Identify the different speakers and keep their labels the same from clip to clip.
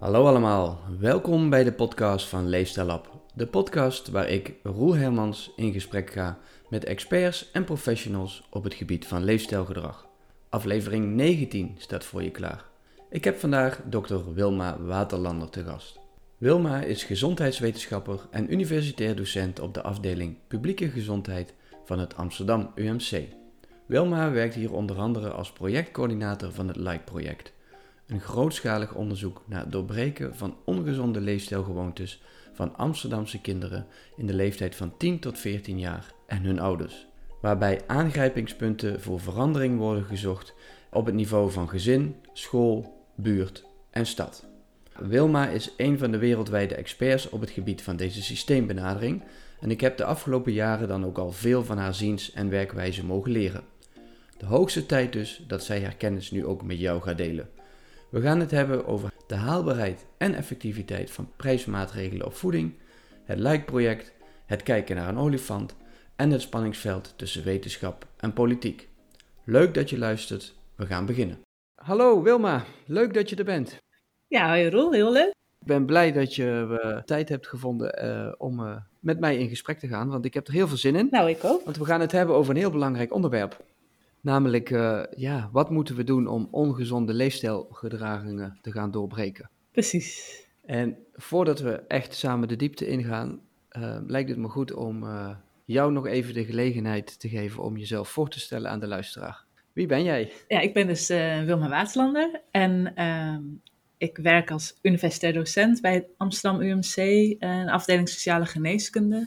Speaker 1: Hallo allemaal, welkom bij de podcast van Leefstijl Lab. De podcast waar ik, Roel Hermans, in gesprek ga met experts en professionals op het gebied van leefstijlgedrag. Aflevering 19 staat voor je klaar. Ik heb vandaag Dr. Wilma Waterlander te gast. Wilma is gezondheidswetenschapper en universitair docent op de afdeling Publieke Gezondheid van het Amsterdam UMC. Wilma werkt hier onder andere als projectcoördinator van het LIKE-project. Een grootschalig onderzoek naar het doorbreken van ongezonde leefstijlgewoontes van Amsterdamse kinderen in de leeftijd van 10 tot 14 jaar en hun ouders. Waarbij aangrijpingspunten voor verandering worden gezocht op het niveau van gezin, school, buurt en stad. Wilma is een van de wereldwijde experts op het gebied van deze systeembenadering en ik heb de afgelopen jaren dan ook al veel van haar ziens en werkwijze mogen leren. De hoogste tijd dus dat zij haar kennis nu ook met jou gaat delen. We gaan het hebben over de haalbaarheid en effectiviteit van prijsmaatregelen op voeding, het LIKE-project, het kijken naar een olifant en het spanningsveld tussen wetenschap en politiek. Leuk dat je luistert, we gaan beginnen. Hallo Wilma, leuk dat je er bent.
Speaker 2: Ja, hoi Roel, heel leuk.
Speaker 1: Ik ben blij dat je tijd hebt gevonden om met mij in gesprek te gaan, want ik heb er heel veel zin in.
Speaker 2: Nou, ik ook.
Speaker 1: Want we gaan het hebben over een heel belangrijk onderwerp. Namelijk, wat moeten we doen om ongezonde leefstijlgedragingen te gaan doorbreken?
Speaker 2: Precies.
Speaker 1: En voordat we echt samen de diepte ingaan, lijkt het me goed om jou nog even de gelegenheid te geven om jezelf voor te stellen aan de luisteraar. Wie ben jij?
Speaker 2: Ja, ik ben dus Wilma Waterlander en ik werk als universitair docent bij het Amsterdam UMC, een afdeling sociale geneeskunde.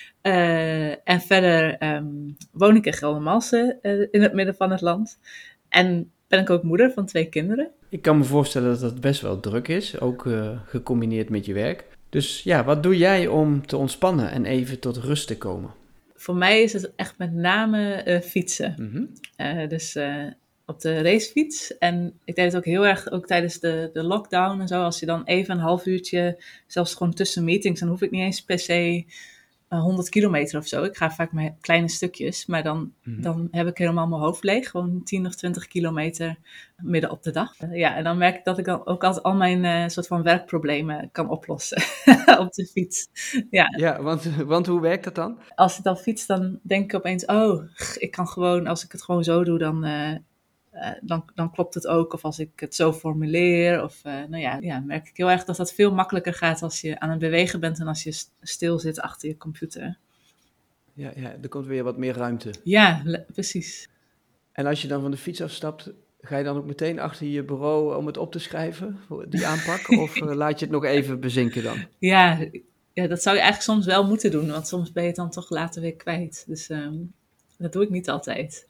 Speaker 2: En verder woon ik in Geldermalsen, in het midden van het land. En ben ik ook moeder van 2 kinderen.
Speaker 1: Ik kan me voorstellen dat het best wel druk is, ook gecombineerd met je werk. Dus ja, wat doe jij om te ontspannen en even tot rust te komen?
Speaker 2: Voor mij is het echt met name fietsen. Dus op de racefiets. En ik deed het ook heel erg, ook tijdens de lockdown en zo. Als je dan even een half uurtje, zelfs gewoon tussen meetings, dan hoef ik niet eens per se 100 kilometer of zo. Ik ga vaak met kleine stukjes, maar dan heb ik helemaal mijn hoofd leeg. Gewoon 10 of 20 kilometer midden op de dag. Ja, en dan merk ik dat ik dan ook altijd al mijn soort van werkproblemen kan oplossen op de fiets.
Speaker 1: Ja, want hoe werkt dat dan?
Speaker 2: Als ik dan fiets, dan denk ik opeens, ik kan gewoon, als ik het gewoon zo doe, dan klopt het ook. Of als ik het zo formuleer. Of merk ik heel erg dat dat veel makkelijker gaat als je aan het bewegen bent dan als je stil zit achter je computer.
Speaker 1: Ja, er komt weer wat meer ruimte.
Speaker 2: Ja, precies.
Speaker 1: En als je dan van de fiets afstapt, ga je dan ook meteen achter je bureau om het op te schrijven, die aanpak? Of laat je het nog even bezinken dan?
Speaker 2: Ja, dat zou je eigenlijk soms wel moeten doen, want soms ben je het dan toch later weer kwijt. Dus dat doe ik niet altijd.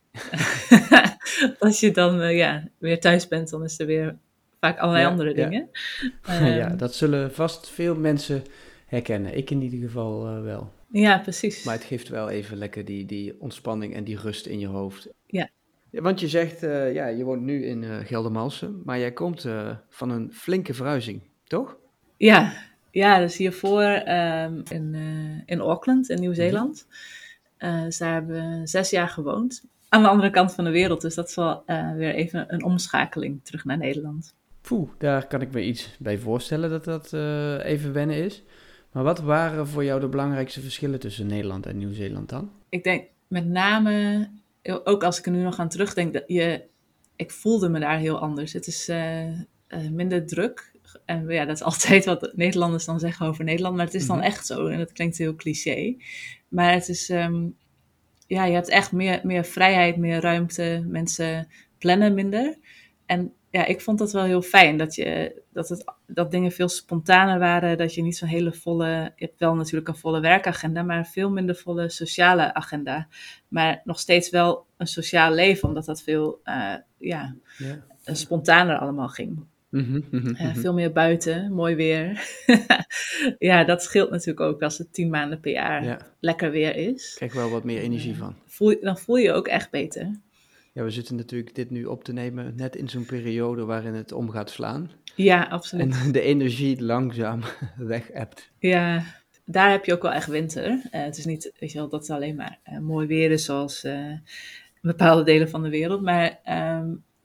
Speaker 2: Als je dan weer thuis bent, dan is er weer vaak allerlei andere dingen.
Speaker 1: Ja, dat zullen vast veel mensen herkennen. Ik in ieder geval wel.
Speaker 2: Ja, precies.
Speaker 1: Maar het geeft wel even lekker die ontspanning en die rust in je hoofd.
Speaker 2: Ja.
Speaker 1: Want je zegt, je woont nu in Geldermalsen, maar jij komt van een flinke verhuizing, toch?
Speaker 2: Ja, dus hiervoor in Auckland, in Nieuw-Zeeland. Dus daar hebben we 6 jaar gewoond. Aan de andere kant van de wereld, dus dat is wel weer even een omschakeling terug naar Nederland.
Speaker 1: Daar kan ik me iets bij voorstellen dat even wennen is. Maar wat waren voor jou de belangrijkste verschillen tussen Nederland en Nieuw-Zeeland dan?
Speaker 2: Ik denk met name, ook als ik er nu nog aan terugdenk, ik voelde me daar heel anders. Het is minder druk. En ja, dat is altijd wat Nederlanders dan zeggen over Nederland, maar het is dan echt zo. En dat klinkt heel cliché. Maar het is, je hebt echt meer vrijheid, meer ruimte. Mensen plannen minder. En ja, ik vond dat wel heel fijn, dat dingen veel spontaner waren, dat je niet zo'n hele volle, je hebt wel natuurlijk een volle werkagenda, maar een veel minder volle sociale agenda. Maar nog steeds wel een sociaal leven, omdat dat veel spontaner allemaal ging. Veel meer buiten, mooi weer. Ja, dat scheelt natuurlijk ook als het 10 maanden per jaar lekker weer is.
Speaker 1: Krijg wel wat meer energie van.
Speaker 2: Dan voel je je ook echt beter.
Speaker 1: Ja, we zitten natuurlijk dit nu op te nemen net in zo'n periode waarin het om gaat slaan.
Speaker 2: Ja, absoluut.
Speaker 1: En de energie langzaam weg-ebt.
Speaker 2: Ja, daar heb je ook wel echt winter. Het is niet, weet je wel, dat het alleen maar mooi weer is zoals bepaalde delen van de wereld. Maar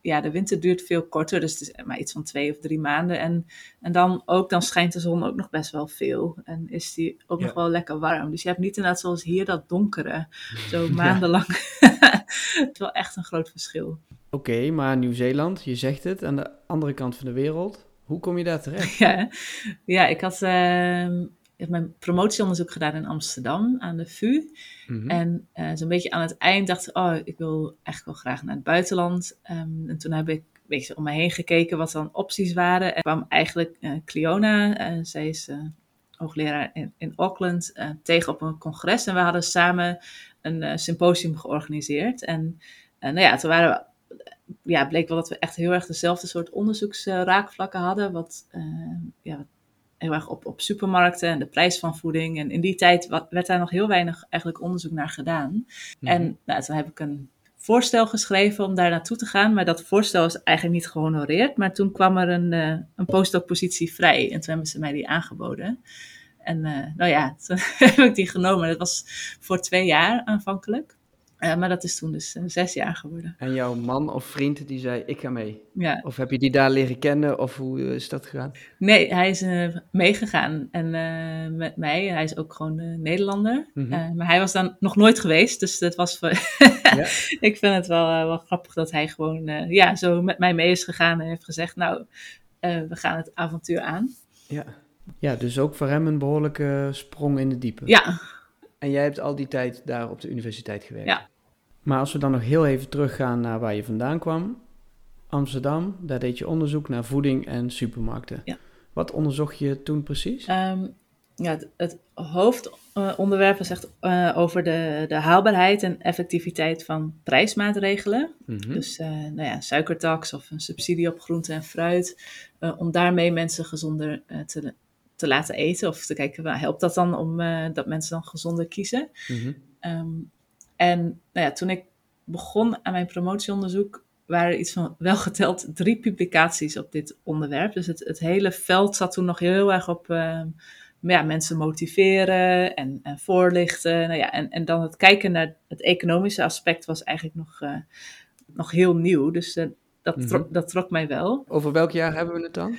Speaker 2: de winter duurt veel korter, dus het is maar iets van 2 of 3 maanden. En dan schijnt de zon ook nog best wel veel. En is die ook nog wel lekker warm. Dus je hebt niet inderdaad zoals hier dat donkere, zo maandenlang. Het is wel echt een groot verschil.
Speaker 1: Oké, maar Nieuw-Zeeland, je zegt het, aan de andere kant van de wereld. Hoe kom je daar terecht?
Speaker 2: Ja, ik had mijn promotieonderzoek gedaan in Amsterdam aan de VU.
Speaker 1: Mhm.
Speaker 2: En zo'n beetje aan het eind dacht ik, ik wil echt wel graag naar het buitenland. En toen heb ik een beetje om me heen gekeken wat dan opties waren. En kwam eigenlijk Cleona, zij is hoogleraar in Auckland, tegen op een congres. En we hadden samen een symposium georganiseerd. En toen bleek wel dat we echt heel erg dezelfde soort onderzoeksraakvlakken hadden. Wat heel erg op supermarkten en de prijs van voeding. En in die tijd werd daar nog heel weinig eigenlijk onderzoek naar gedaan. En toen heb ik een voorstel geschreven om daar naartoe te gaan. Maar dat voorstel is eigenlijk niet gehonoreerd. Maar toen kwam er een postdoc-positie vrij. En toen hebben ze mij die aangeboden. En toen heb ik die genomen. Dat was voor 2 jaar aanvankelijk. Maar dat is toen dus 6 jaar geworden.
Speaker 1: En jouw man of vriend die zei, ik ga mee.
Speaker 2: Ja.
Speaker 1: Of heb je die daar leren kennen? Of hoe is dat gegaan?
Speaker 2: Nee, hij is meegegaan. En met mij, hij is ook gewoon Nederlander. Maar hij was dan nog nooit geweest. Dus dat was ik vind het wel grappig dat hij gewoon zo met mij mee is gegaan. En heeft gezegd, we gaan het avontuur aan.
Speaker 1: Ja, dus ook voor hem een behoorlijke sprong in de diepe.
Speaker 2: Ja.
Speaker 1: En jij hebt al die tijd daar op de universiteit gewerkt.
Speaker 2: Ja.
Speaker 1: Maar als we dan nog heel even teruggaan naar waar je vandaan kwam. Amsterdam, daar deed je onderzoek naar voeding en supermarkten.
Speaker 2: Ja.
Speaker 1: Wat onderzocht je toen precies?
Speaker 2: Het hoofdonderwerp was echt over de haalbaarheid en effectiviteit van prijsmaatregelen. Dus suikertax of een subsidie op groente en fruit. Om daarmee mensen gezonder te laten eten. Of te kijken, helpt dat dan om dat mensen dan gezonder kiezen? Toen ik begon aan mijn promotieonderzoek, waren er iets van wel geteld 3 publicaties op dit onderwerp. Dus het hele veld zat toen nog heel erg op mensen motiveren en voorlichten. En dan het kijken naar het economische aspect was eigenlijk nog heel nieuw. Dus dat trok mij wel.
Speaker 1: Over welk jaar hebben we het dan?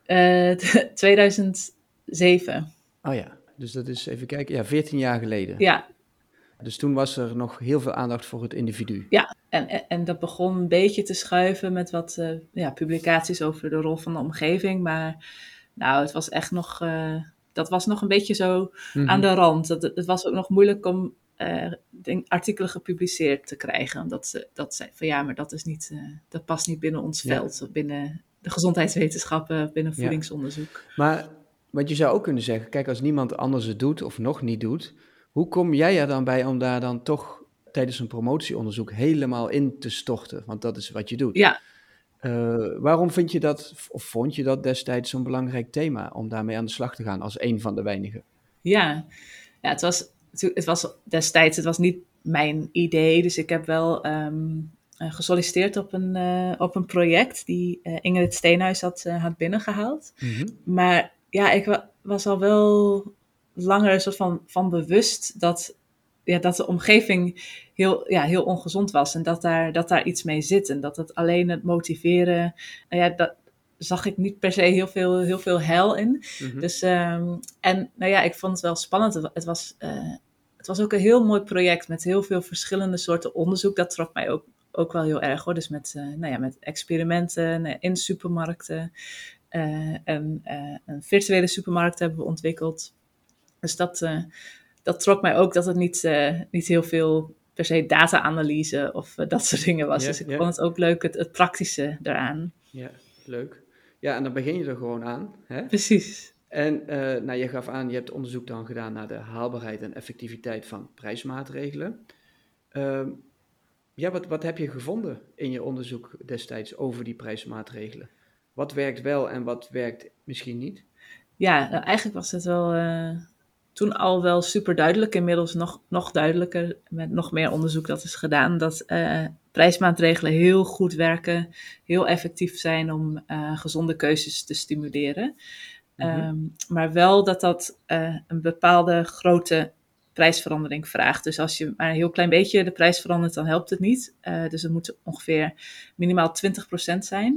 Speaker 2: 2007.
Speaker 1: Oh ja, dus dat is, even kijken, 14 jaar geleden.
Speaker 2: Ja.
Speaker 1: Dus toen was er nog heel veel aandacht voor het individu.
Speaker 2: Ja, en dat begon een beetje te schuiven met wat publicaties over de rol van de omgeving. Maar het was echt nog, dat was nog een beetje zo aan de rand. Het was ook nog moeilijk om artikelen gepubliceerd te krijgen. Omdat dat zei van maar dat is niet, dat past niet binnen ons veld. Binnen de gezondheidswetenschappen, binnen voedingsonderzoek.
Speaker 1: Maar wat je zou ook kunnen zeggen, kijk, als niemand anders het doet of nog niet doet, hoe kom jij er dan bij om daar dan toch tijdens een promotieonderzoek helemaal in te storten? Want dat is wat je doet.
Speaker 2: Ja.
Speaker 1: Waarom vond je dat destijds zo'n belangrijk thema om daarmee aan de slag te gaan als een van de weinigen?
Speaker 2: Ja, het was destijds, het was niet mijn idee, dus ik heb wel gesolliciteerd op een project die Ingrid Steenhuis had binnengehaald. Maar ik was al wel langer een soort van bewust dat de omgeving heel ongezond was en dat daar iets mee zit. En dat het alleen het motiveren, dat zag ik niet per se heel veel heil in. Dus, ik vond het wel spannend. Het was ook een heel mooi project met heel veel verschillende soorten onderzoek. Dat trok mij ook wel heel erg hoor. Dus met experimenten in supermarkten. En een virtuele supermarkt hebben we ontwikkeld. Dus dat trok mij ook dat het niet heel veel per se data-analyse of dat soort dingen was. Dus ik vond het ook leuk, het praktische eraan.
Speaker 1: Ja, leuk. Ja, en dan begin je er gewoon aan. Hè?
Speaker 2: Precies.
Speaker 1: En je gaf aan, je hebt onderzoek dan gedaan naar de haalbaarheid en effectiviteit van prijsmaatregelen. Wat heb je gevonden in je onderzoek destijds over die prijsmaatregelen? Wat werkt wel en wat werkt misschien niet?
Speaker 2: Ja, eigenlijk was het wel toen al wel super duidelijk. Inmiddels nog duidelijker met nog meer onderzoek dat is gedaan. Dat prijsmaatregelen heel goed werken, heel effectief zijn om gezonde keuzes te stimuleren. Maar wel dat een bepaalde grote prijsverandering vraagt. Dus als je maar een heel klein beetje de prijs verandert, dan helpt het niet. Dus het moet ongeveer minimaal 20% zijn.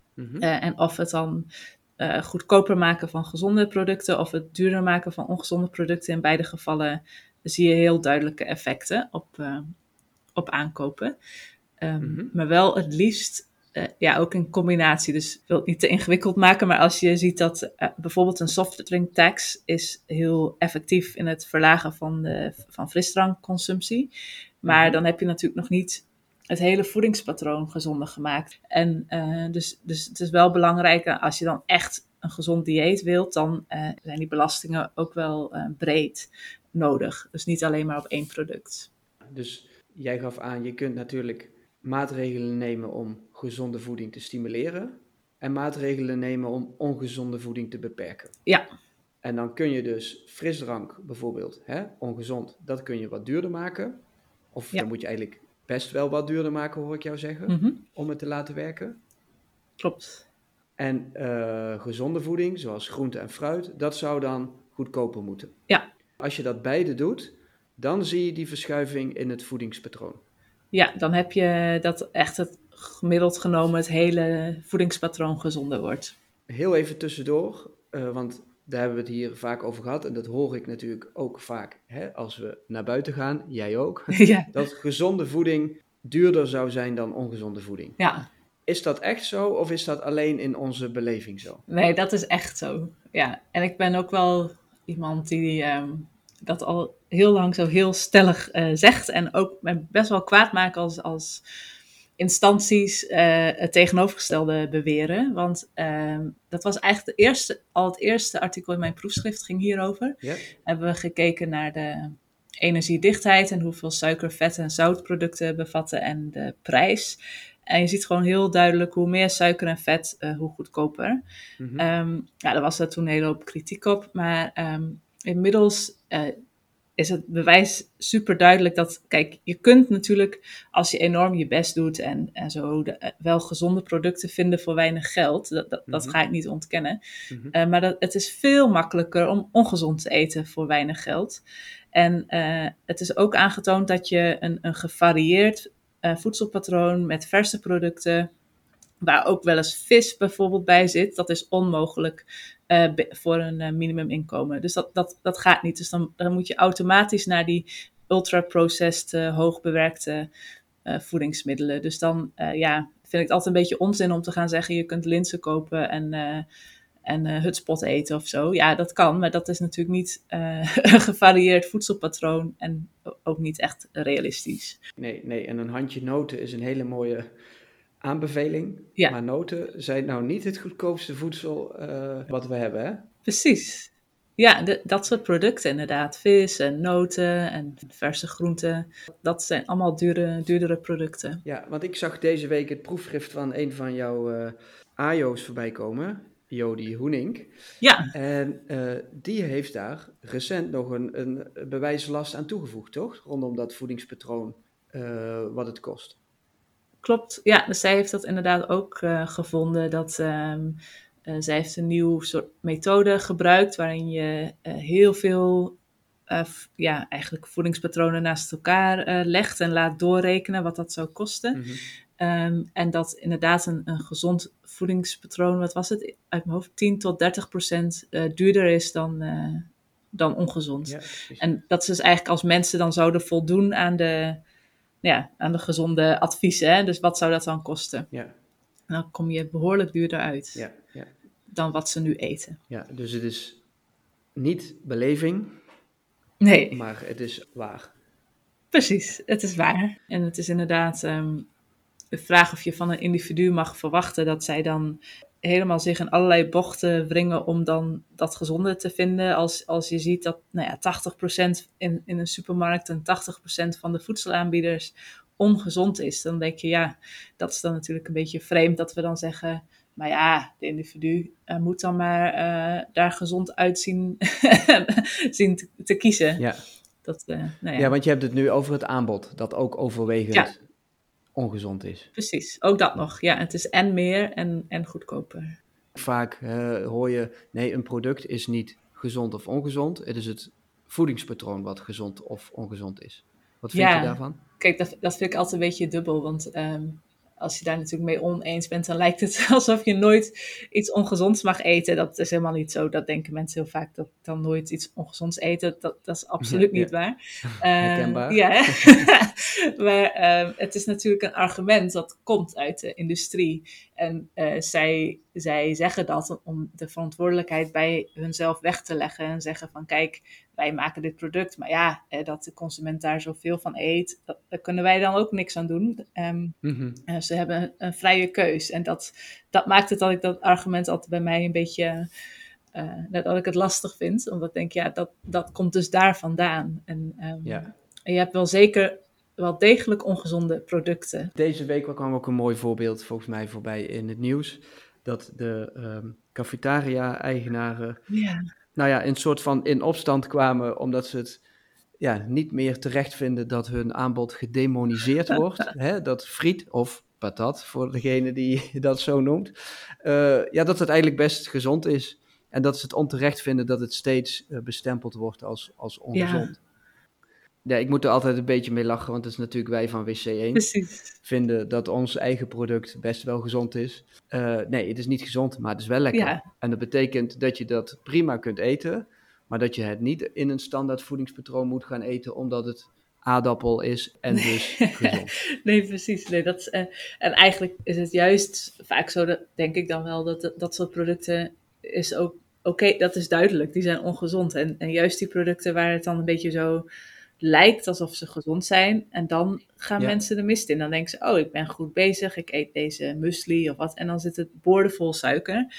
Speaker 2: En of het dan goedkoper maken van gezonde producten of het duurder maken van ongezonde producten, in beide gevallen zie je heel duidelijke effecten op aankopen. Maar wel het liefst ook in combinatie. Dus ik wil het niet te ingewikkeld maken, maar als je ziet dat bijvoorbeeld een softdrink tax is heel effectief in het verlagen van frisdrankconsumptie. Maar dan heb je natuurlijk nog niet het hele voedingspatroon gezonder gemaakt. En dus het is wel belangrijk, als je dan echt een gezond dieet wilt, dan zijn die belastingen ook wel breed nodig. Dus niet alleen maar op één product.
Speaker 1: Dus jij gaf aan, je kunt natuurlijk maatregelen nemen om gezonde voeding te stimuleren en maatregelen nemen om ongezonde voeding te beperken.
Speaker 2: Ja.
Speaker 1: En dan kun je dus frisdrank bijvoorbeeld, ongezond, dat kun je wat duurder maken. Of dan moet je eigenlijk best wel wat duurder maken, hoor ik jou zeggen, om het te laten werken.
Speaker 2: Klopt.
Speaker 1: En gezonde voeding, zoals groente en fruit, dat zou dan goedkoper moeten.
Speaker 2: Ja.
Speaker 1: Als je dat beide doet, dan zie je die verschuiving in het voedingspatroon.
Speaker 2: Ja, dan heb je dat echt het gemiddeld genomen het hele voedingspatroon gezonder wordt.
Speaker 1: Heel even tussendoor, want daar hebben we het hier vaak over gehad. En dat hoor ik natuurlijk ook vaak als we naar buiten gaan, jij ook.
Speaker 2: Ja.
Speaker 1: Dat gezonde voeding duurder zou zijn dan ongezonde voeding.
Speaker 2: Ja.
Speaker 1: Is dat echt zo of is dat alleen in onze beleving zo?
Speaker 2: Nee, dat is echt zo. Ja, en ik ben ook wel iemand die dat al heel lang zo heel stellig zegt. En ook best wel kwaad maakt als instanties het tegenovergestelde beweren. Want dat was eigenlijk het eerste artikel in mijn proefschrift ging hierover.
Speaker 1: Yeah.
Speaker 2: Hebben we gekeken naar de energiedichtheid en hoeveel suiker, vet en zoutproducten bevatten en de prijs. En je ziet gewoon heel duidelijk hoe meer suiker en vet, hoe goedkoper. Daar was er toen een hele hoop kritiek op. Maar inmiddels is het bewijs super duidelijk dat, kijk, je kunt natuurlijk, als je enorm je best doet en zo wel gezonde producten vinden voor weinig geld. Dat ga ik niet ontkennen. Maar het is veel makkelijker om ongezond te eten voor weinig geld. En het is ook aangetoond dat je een gevarieerd voedselpatroon met verse producten, waar ook wel eens vis bijvoorbeeld bij zit, dat is onmogelijk voor een minimuminkomen. Dus dat gaat niet. Dus dan moet je automatisch naar die ultra-processed, hoogbewerkte voedingsmiddelen. Dus dan vind ik het altijd een beetje onzin om te gaan zeggen, je kunt linzen kopen en hutspot eten of zo. Ja, dat kan, maar dat is natuurlijk niet een gevarieerd voedselpatroon en ook niet echt realistisch.
Speaker 1: Nee, en een handje noten is een hele mooie aanbeveling.
Speaker 2: Ja.
Speaker 1: Maar noten zijn nou niet het goedkoopste voedsel wat we hebben, hè?
Speaker 2: Precies. Ja, dat soort producten inderdaad. Vis en noten en verse groenten. Dat zijn allemaal duurdere producten.
Speaker 1: Ja, want ik zag deze week het proefschrift van een van jouw AJO's voorbij komen. Jody Hoenink.
Speaker 2: Ja.
Speaker 1: En die heeft daar recent nog een bewijslast aan toegevoegd, toch? Rondom dat voedingspatroon, wat het kost.
Speaker 2: Klopt, ja. Dus zij heeft dat inderdaad ook gevonden. Dat zij heeft een nieuw soort methode gebruikt waarin je heel veel eigenlijk voedingspatronen naast elkaar legt en laat doorrekenen wat dat zou kosten. En dat inderdaad een gezond voedingspatroon, wat was het? Uit mijn hoofd 10 tot 30% duurder is dan ongezond.
Speaker 1: Ja,
Speaker 2: en dat is dus eigenlijk als mensen dan zouden voldoen aan de gezonde adviezen. Hè? Dus wat zou dat dan kosten?
Speaker 1: Ja.
Speaker 2: Dan kom je behoorlijk duurder uit dan wat ze nu eten.
Speaker 1: Ja, dus het is niet beleving,
Speaker 2: nee,
Speaker 1: maar het is waar.
Speaker 2: Precies, het is waar. En het is inderdaad de vraag of je van een individu mag verwachten dat zij dan helemaal zich in allerlei bochten wringen om dan dat gezonde te vinden. Als je ziet dat 80% in een supermarkt en 80% van de voedselaanbieders ongezond is, dan denk je, dat is dan natuurlijk een beetje vreemd dat we dan zeggen, maar ja, de individu moet dan maar daar gezond uitzien zien te kiezen.
Speaker 1: Ja.
Speaker 2: Ja,
Speaker 1: want je hebt het nu over het aanbod, dat ook overwegend ongezond is.
Speaker 2: Precies, ook dat nog. Ja, het is en meer en goedkoper.
Speaker 1: Vaak hoor je, nee, een product is niet gezond of ongezond. Het is het voedingspatroon wat gezond of ongezond is. Wat vind je daarvan?
Speaker 2: Kijk, dat vind ik altijd een beetje dubbel. Want als je daar natuurlijk mee oneens bent, dan lijkt het alsof je nooit iets ongezonds mag eten. Dat is helemaal niet zo. Dat denken mensen heel vaak, dat ik dan nooit iets ongezonds eten. Dat is absoluut niet waar.
Speaker 1: Herkenbaar.
Speaker 2: Ja, maar het is natuurlijk een argument dat komt uit de industrie. En zij zeggen dat om de verantwoordelijkheid bij hunzelf weg te leggen. En zeggen van kijk, wij maken dit product. Maar ja, dat de consument daar zoveel van eet, daar kunnen wij dan ook niks aan doen. Ze hebben een vrije keus. En dat maakt het dat ik dat argument altijd bij mij een beetje... dat ik het lastig vind. Omdat ik denk, ja, dat komt dus daar vandaan. En je hebt wel degelijk ongezonde producten.
Speaker 1: Deze week kwam ook een mooi voorbeeld volgens mij voorbij in het nieuws. Dat de cafetaria-eigenaren een soort van in opstand kwamen omdat ze het niet meer terecht vinden dat hun aanbod gedemoniseerd wordt. Dat friet of patat, voor degene die dat zo noemt. Dat het eigenlijk best gezond is. En dat ze het onterecht vinden dat het steeds bestempeld wordt als ongezond. Ja, ik moet er altijd een beetje mee lachen, want het is natuurlijk wij van WC1 vinden dat ons eigen product best wel gezond is. Nee, het is niet gezond, maar het is wel lekker. Ja. En dat betekent dat je dat prima kunt eten, maar dat je het niet in een standaard voedingspatroon moet gaan eten, omdat het aardappel is en dus gezond.
Speaker 2: Nee, precies. Nee, en eigenlijk is het juist vaak zo, denk ik dan wel, dat soort producten is ook oké, dat is duidelijk, die zijn ongezond. En juist die producten waar het dan een beetje zo lijkt alsof ze gezond zijn. En dan gaan mensen de mist in. Dan denken ze, oh, ik ben goed bezig. Ik eet deze muesli of wat. En dan zit het boordevol suiker.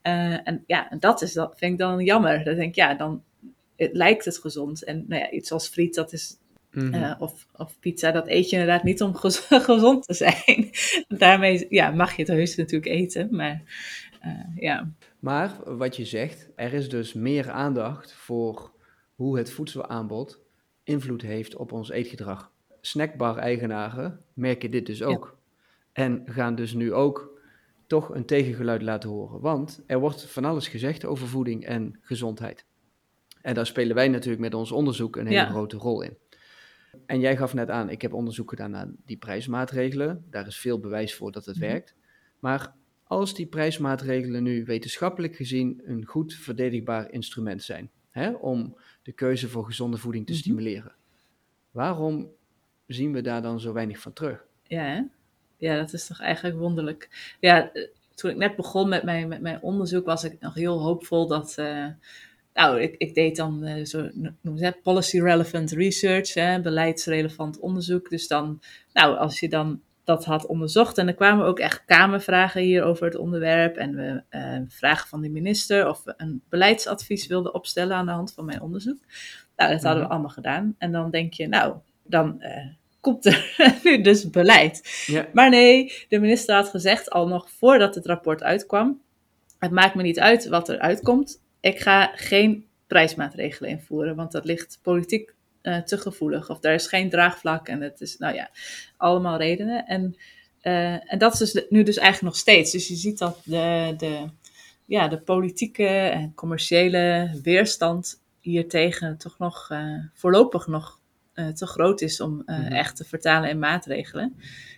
Speaker 2: Dat vind ik dan jammer. Dan denk ik, dan lijkt het gezond. En iets als friet, dat is... of pizza, dat eet je inderdaad niet om gezond te zijn. Daarmee mag je het heus natuurlijk eten. Maar
Speaker 1: Maar wat je zegt, er is dus meer aandacht voor hoe het voedselaanbod invloed heeft op ons eetgedrag. Snackbar-eigenaren merken dit dus ook. En gaan dus nu ook toch een tegengeluid laten horen. Want er wordt van alles gezegd over voeding en gezondheid. En daar spelen wij natuurlijk met ons onderzoek een hele grote rol in. En jij gaf net aan, ik heb onderzoek gedaan naar die prijsmaatregelen. Daar is veel bewijs voor dat het werkt. Maar als die prijsmaatregelen nu wetenschappelijk gezien een goed verdedigbaar instrument zijn, om de keuze voor gezonde voeding te stimuleren, waarom zien we daar dan zo weinig van terug?
Speaker 2: Ja, dat is toch eigenlijk wonderlijk. Ja, toen ik net begon met mijn onderzoek was ik nog heel hoopvol dat... ik deed dan policy relevant research, beleidsrelevant onderzoek. Dus dan, als je dan dat had onderzocht en er kwamen ook echt kamervragen hier over het onderwerp en we vragen van de minister of we een beleidsadvies wilden opstellen aan de hand van mijn onderzoek. Dat hadden we allemaal gedaan. En dan denk je, dan komt er nu dus beleid. Ja. Maar nee, de minister had gezegd al nog voordat het rapport uitkwam, het maakt me niet uit wat er uitkomt. Ik ga geen prijsmaatregelen invoeren, want dat ligt politiek te gevoelig. Of daar is geen draagvlak en het is, allemaal redenen. En dat is dus nu dus eigenlijk nog steeds. Dus je ziet dat de politieke en commerciële weerstand hiertegen toch nog voorlopig nog te groot is om echt te vertalen in maatregelen.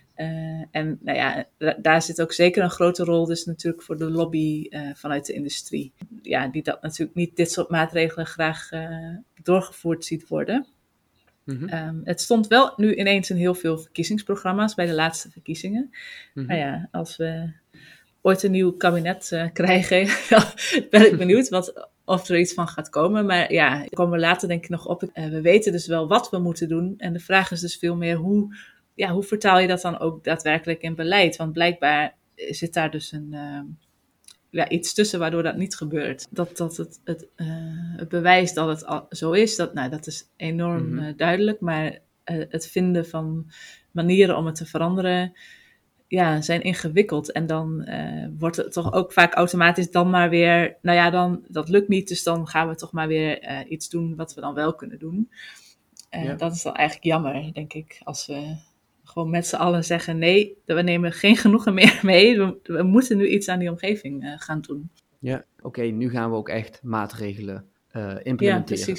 Speaker 2: Daar zit ook zeker een grote rol dus natuurlijk voor de lobby vanuit de industrie. Ja, die dat natuurlijk niet dit soort maatregelen graag doorgevoerd ziet worden. Het stond wel nu ineens in heel veel verkiezingsprogramma's bij de laatste verkiezingen. Maar als we ooit een nieuw kabinet krijgen, dan ben ik benieuwd of er iets van gaat komen. Maar daar komen we later denk ik nog op. We weten dus wel wat we moeten doen. En de vraag is dus veel meer hoe vertaal je dat dan ook daadwerkelijk in beleid? Want blijkbaar zit daar dus iets tussen waardoor dat niet gebeurt. Dat het bewijs dat het zo is, dat is enorm duidelijk. Maar het vinden van manieren om het te veranderen, zijn ingewikkeld. En dan wordt het toch ook vaak automatisch dan maar weer, dat lukt niet, dus dan gaan we toch maar weer iets doen wat we dan wel kunnen doen. Dat is dan eigenlijk jammer, denk ik, als we gewoon met z'n allen zeggen, nee, we nemen geen genoegen meer mee. We moeten nu iets aan die omgeving gaan doen.
Speaker 1: Ja, oké, nu gaan we ook echt maatregelen implementeren.
Speaker 2: Ja, precies.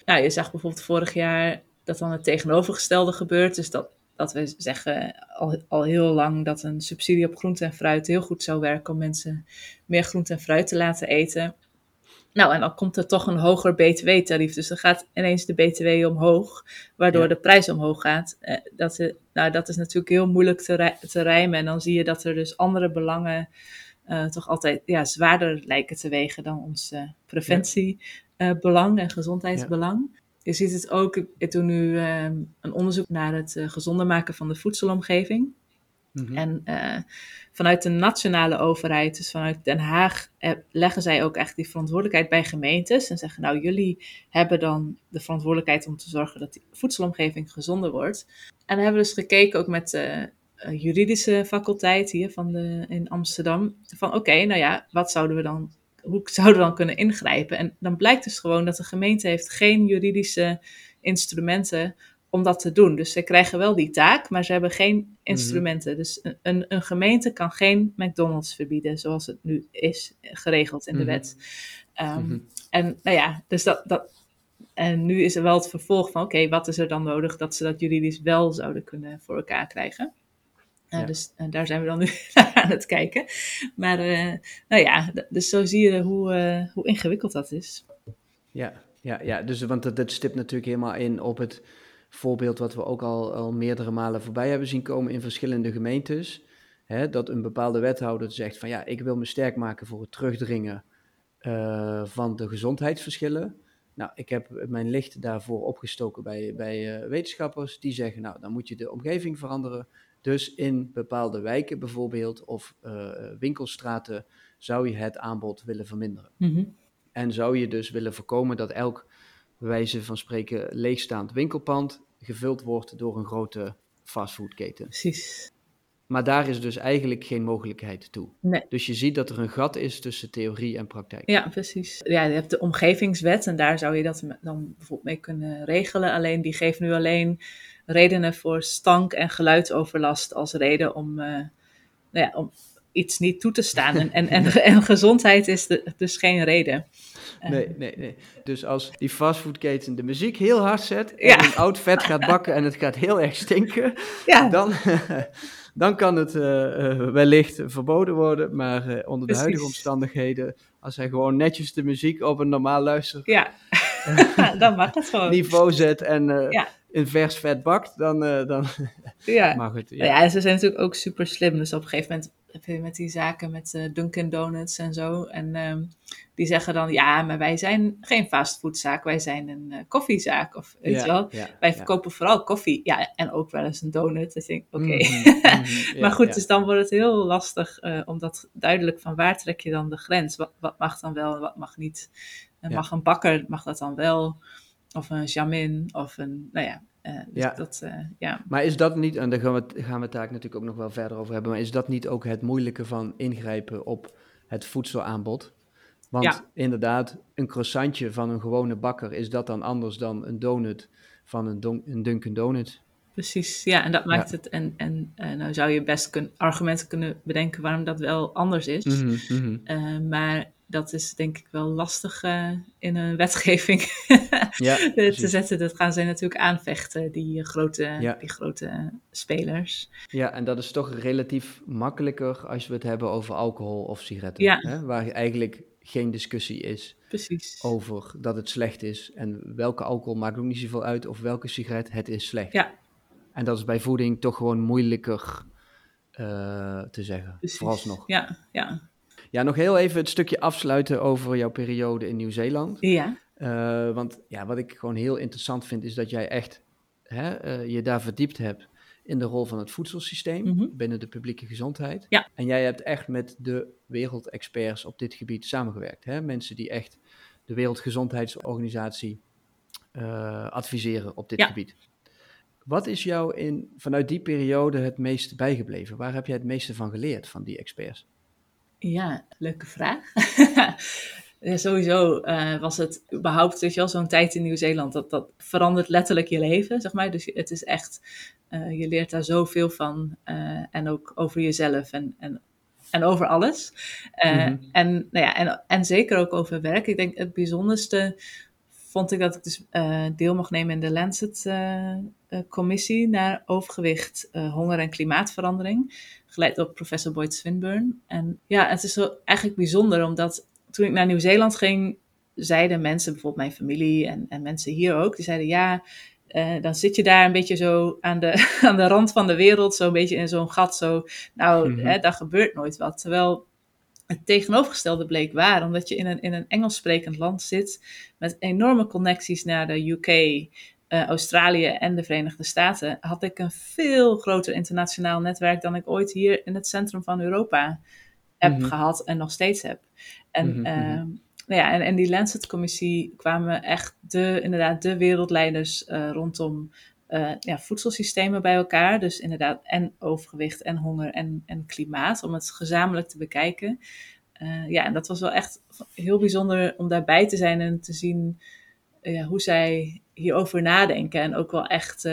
Speaker 2: Nou, je zag bijvoorbeeld vorig jaar dat dan het tegenovergestelde gebeurt. Dus dat we zeggen al heel lang dat een subsidie op groente en fruit heel goed zou werken om mensen meer groente en fruit te laten eten. Nou, en dan komt er toch een hoger btw-tarief. Dus dan gaat ineens de btw omhoog, waardoor de prijs omhoog gaat. Dat is natuurlijk heel moeilijk te rijmen. En dan zie je dat er dus andere belangen toch altijd zwaarder lijken te wegen dan ons preventiebelang en gezondheidsbelang. Ja. Je ziet het ook, ik doe nu een onderzoek naar het gezonder maken van de voedselomgeving. Mm-hmm. En vanuit de nationale overheid, dus vanuit Den Haag, leggen zij ook echt die verantwoordelijkheid bij gemeentes. En zeggen, nou, jullie hebben dan de verantwoordelijkheid om te zorgen dat die voedselomgeving gezonder wordt. En dan hebben we dus gekeken ook met de juridische faculteit hier in Amsterdam. Van oké, nou ja, hoe zouden we dan kunnen ingrijpen? En dan blijkt dus gewoon dat de gemeente heeft geen juridische instrumenten om dat te doen. Dus ze krijgen wel die taak, maar ze hebben geen instrumenten. Mm-hmm. Dus een gemeente kan geen McDonald's verbieden, zoals het nu is geregeld in de wet. En nou ja, dus en nu is er wel het vervolg van, oké, wat is er dan nodig dat ze dat juridisch wel zouden kunnen voor elkaar krijgen? Dus daar zijn we dan nu aan het kijken. Maar dus zo zie je hoe ingewikkeld dat is.
Speaker 1: Ja, dus want dat stipt natuurlijk helemaal in op het voorbeeld wat we ook al meerdere malen voorbij hebben zien komen in verschillende gemeentes. Hè, dat een bepaalde wethouder zegt van ja, ik wil me sterk maken voor het terugdringen van de gezondheidsverschillen. Nou, ik heb mijn licht daarvoor opgestoken bij wetenschappers die zeggen, nou, dan moet je de omgeving veranderen. Dus in bepaalde wijken bijvoorbeeld of winkelstraten zou je het aanbod willen verminderen. Mm-hmm. En zou je dus willen voorkomen dat elk, bij wijze van spreken, leegstaand winkelpand gevuld wordt door een grote fastfoodketen.
Speaker 2: Precies.
Speaker 1: Maar daar is dus eigenlijk geen mogelijkheid toe.
Speaker 2: Nee.
Speaker 1: Dus je ziet dat er een gat is tussen theorie en praktijk.
Speaker 2: Ja, precies. Ja, je hebt de omgevingswet en daar zou je dat dan bijvoorbeeld mee kunnen regelen. Alleen die geeft nu alleen redenen voor stank- en geluidsoverlast als reden om iets niet toe te staan. En gezondheid is dus geen reden.
Speaker 1: Nee. Dus als die fastfoodketen de muziek heel hard zet en een oud vet gaat bakken en het gaat heel erg stinken, dan kan het wellicht verboden worden. Maar onder de huidige omstandigheden, als hij gewoon netjes de muziek op een normaal
Speaker 2: dan mag het gewoon.
Speaker 1: Niveau zet en een vers vet bakt, dan mag het.
Speaker 2: Ja, en ze zijn natuurlijk ook super slim. Dus op een gegeven moment heb je met die zaken met Dunkin' Donuts en zo. En die zeggen dan, ja, maar wij zijn geen fastfoodzaak. Wij zijn een koffiezaak. Of weet je wel. Wij verkopen vooral koffie. Ja, en ook wel eens een donut. Dus ik denk, oké. Maar goed, dus dan wordt het heel lastig. Omdat duidelijk van waar trek je dan de grens? Wat mag dan wel en wat mag niet? En mag een bakker, mag dat dan wel? Of een jamin, of een,
Speaker 1: Maar is dat niet, en daar gaan we het daar natuurlijk ook nog wel verder over hebben, maar is dat niet ook het moeilijke van ingrijpen op het voedselaanbod? Want inderdaad, een croissantje van een gewone bakker, is dat dan anders dan een donut van een Dunkin' Donut?
Speaker 2: Precies, ja, en dat maakt het, en nou zou je best argumenten kunnen bedenken waarom dat wel anders is, maar dat is denk ik wel lastig in een wetgeving te zetten. Dat gaan zij natuurlijk aanvechten, die grote spelers.
Speaker 1: Ja, en dat is toch relatief makkelijker als we het hebben over alcohol of sigaretten. Hè? Waar eigenlijk geen discussie is over dat het slecht is. En welke alcohol maakt ook niet zoveel uit of welke sigaret, het is slecht. Ja. En dat is bij voeding toch gewoon moeilijker te zeggen, vooralsnog. Ja, nog heel even het stukje afsluiten over jouw periode in Nieuw-Zeeland.
Speaker 2: Ja.
Speaker 1: Want wat ik gewoon heel interessant vind, is dat jij echt je daar verdiept hebt in de rol van het voedselsysteem binnen de publieke gezondheid. Ja. En jij hebt echt met de wereldexperts op dit gebied samengewerkt. Hè? Mensen die echt de Wereldgezondheidsorganisatie adviseren op dit gebied. Wat is jou vanuit die periode het meest bijgebleven? Waar heb jij het meeste van geleerd van die experts?
Speaker 2: Ja, leuke vraag. Sowieso was het überhaupt, weet je wel, zo'n tijd in Nieuw-Zeeland. Dat verandert letterlijk je leven, zeg maar. Dus het is echt, je leert daar zoveel van. En ook over jezelf en over alles. En zeker ook over werk. Ik denk het bijzonderste vond ik dat ik dus deel mocht nemen in de Lancet-commissie naar overgewicht, honger en klimaatverandering, geleid door professor Boyd Swinburne. En ja, het is zo eigenlijk bijzonder, omdat toen ik naar Nieuw-Zeeland ging, zeiden mensen, bijvoorbeeld mijn familie en mensen hier ook, die zeiden ja, dan zit je daar een beetje zo aan de, aan de rand van de wereld, zo een beetje in zo'n gat, zo, nou, daar gebeurt nooit wat. Terwijl het tegenovergestelde bleek waar, omdat je in een Engels sprekend land zit met enorme connecties naar de UK, Australië en de Verenigde Staten, had ik een veel groter internationaal netwerk dan ik ooit hier in het centrum van Europa heb gehad en nog steeds heb. En, nou ja, en die Lancet-commissie kwamen echt inderdaad de wereldleiders rondom voedselsystemen bij elkaar. Dus inderdaad en overgewicht en honger en klimaat, om het gezamenlijk te bekijken. En dat was wel echt heel bijzonder om daarbij te zijn en te zien hoe zij hierover nadenken. En ook wel echt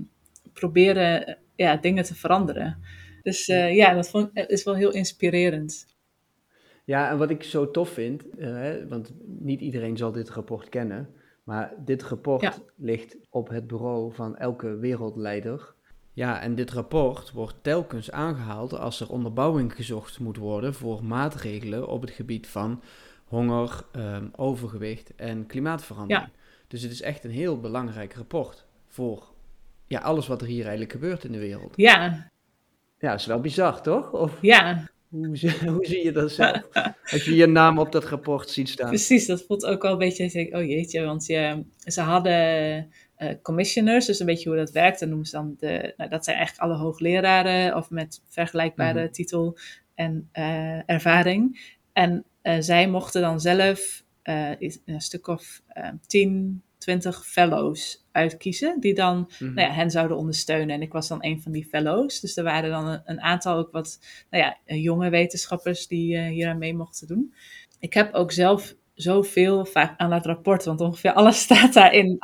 Speaker 2: proberen dingen te veranderen. Dus dat is wel heel inspirerend.
Speaker 1: Ja, en wat ik zo tof vind, want niet iedereen zal dit rapport kennen, maar dit rapport ligt op het bureau van elke wereldleider. Ja, en dit rapport wordt telkens aangehaald als er onderbouwing gezocht moet worden voor maatregelen op het gebied van honger, overgewicht en klimaatverandering. Ja. Dus het is echt een heel belangrijk rapport voor alles wat er hier eigenlijk gebeurt in de wereld.
Speaker 2: Ja.
Speaker 1: Ja, dat is wel bizar, toch? Of...
Speaker 2: Ja.
Speaker 1: Hoe zie je dat zelf? Als je je naam op dat rapport ziet staan.
Speaker 2: Precies, dat voelt ook wel een beetje, oh jeetje, want ze hadden commissioners, dus een beetje hoe dat werkt. Dan noemen ze dan dat zijn eigenlijk alle hoogleraren of met vergelijkbare titel en ervaring. En zij mochten dan zelf een stuk of 10, 20 fellows uitkiezen, die dan hen zouden ondersteunen. En ik was dan een van die fellows. Dus er waren dan een aantal ook wat jonge wetenschappers die hier aan mee mochten doen. Ik heb ook zelf zoveel vaak aan het rapport, want ongeveer alles staat daarin.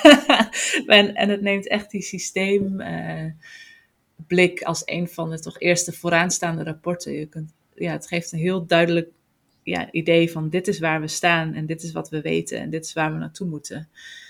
Speaker 2: En het neemt echt die systeemblik als een van de toch eerste vooraanstaande rapporten. Het geeft een heel duidelijk idee van dit is waar we staan en dit is wat we weten en dit is waar we naartoe moeten.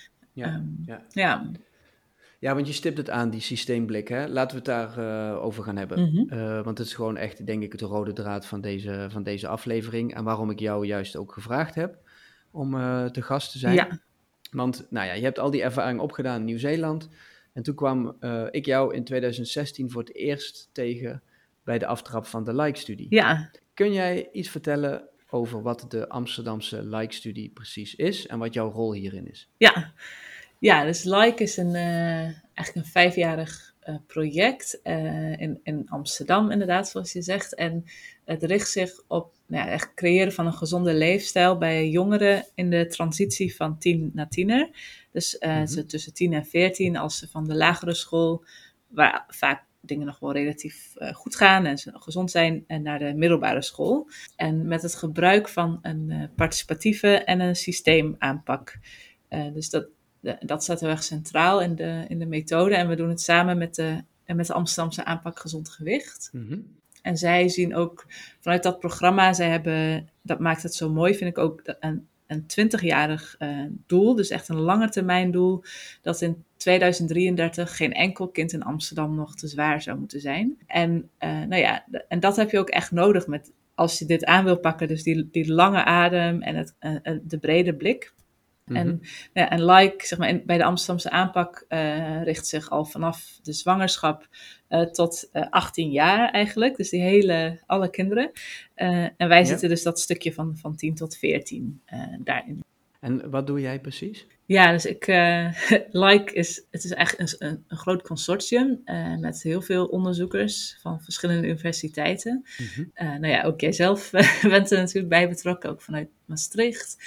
Speaker 1: Ja, want je stipt het aan, die systeemblik. Hè? Laten we het daar over gaan hebben. Want het is gewoon echt, denk ik, de rode draad van deze aflevering. En waarom ik jou juist ook gevraagd heb om te gast te zijn. Ja. Want je hebt al die ervaring opgedaan in Nieuw-Zeeland. En toen kwam ik jou in 2016 voor het eerst tegen bij de aftrap van de LIKE-studie.
Speaker 2: Ja.
Speaker 1: Kun jij iets vertellen over wat de Amsterdamse LIKE-studie precies is en wat jouw rol hierin is?
Speaker 2: Ja, dus LIKE is eigenlijk een 5-jarig project in Amsterdam inderdaad, zoals je zegt. En het richt zich op echt creëren van een gezonde leefstijl bij jongeren in de transitie van 10 naar tiener. Dus ze tussen 10 en 14, als ze van de lagere school, waar vaak dingen nog wel relatief goed gaan en ze gezond zijn, en naar de middelbare school. En met het gebruik van een participatieve en een systeemaanpak. Dus dat staat heel erg centraal in de methode. En we doen het samen met de Amsterdamse aanpak Gezond Gewicht. En zij zien ook vanuit dat programma, dat maakt het zo mooi, vind ik ook, een 20-jarig doel. Dus echt een langetermijndoel, dat in 2033 geen enkel kind in Amsterdam nog te zwaar zou moeten zijn. En dat heb je ook echt nodig als je dit aan wil pakken. Dus die lange adem en de brede blik. En LIKE, zeg maar, bij de Amsterdamse aanpak richt zich al vanaf de zwangerschap tot 18 jaar eigenlijk. Dus alle kinderen. En wij zitten dus dat stukje van 10 tot 14 daarin.
Speaker 1: En wat doe jij precies?
Speaker 2: Ja, dus LIKE is eigenlijk een groot consortium met heel veel onderzoekers van verschillende universiteiten. Ook jijzelf bent er natuurlijk bij betrokken, ook vanuit Maastricht.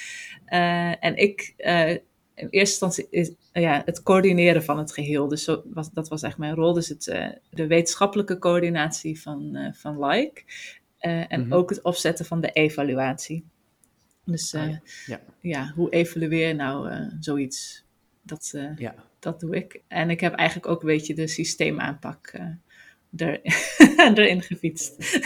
Speaker 2: En ik, in eerste instantie, is het coördineren van het geheel. Dus dat was echt mijn rol. Dus de wetenschappelijke coördinatie van LIKE. En ook het opzetten van de evaluatie. Dus hoe evalueer je nou zoiets? Dat doe ik. En ik heb eigenlijk ook een beetje de systeemaanpak erin gefietst.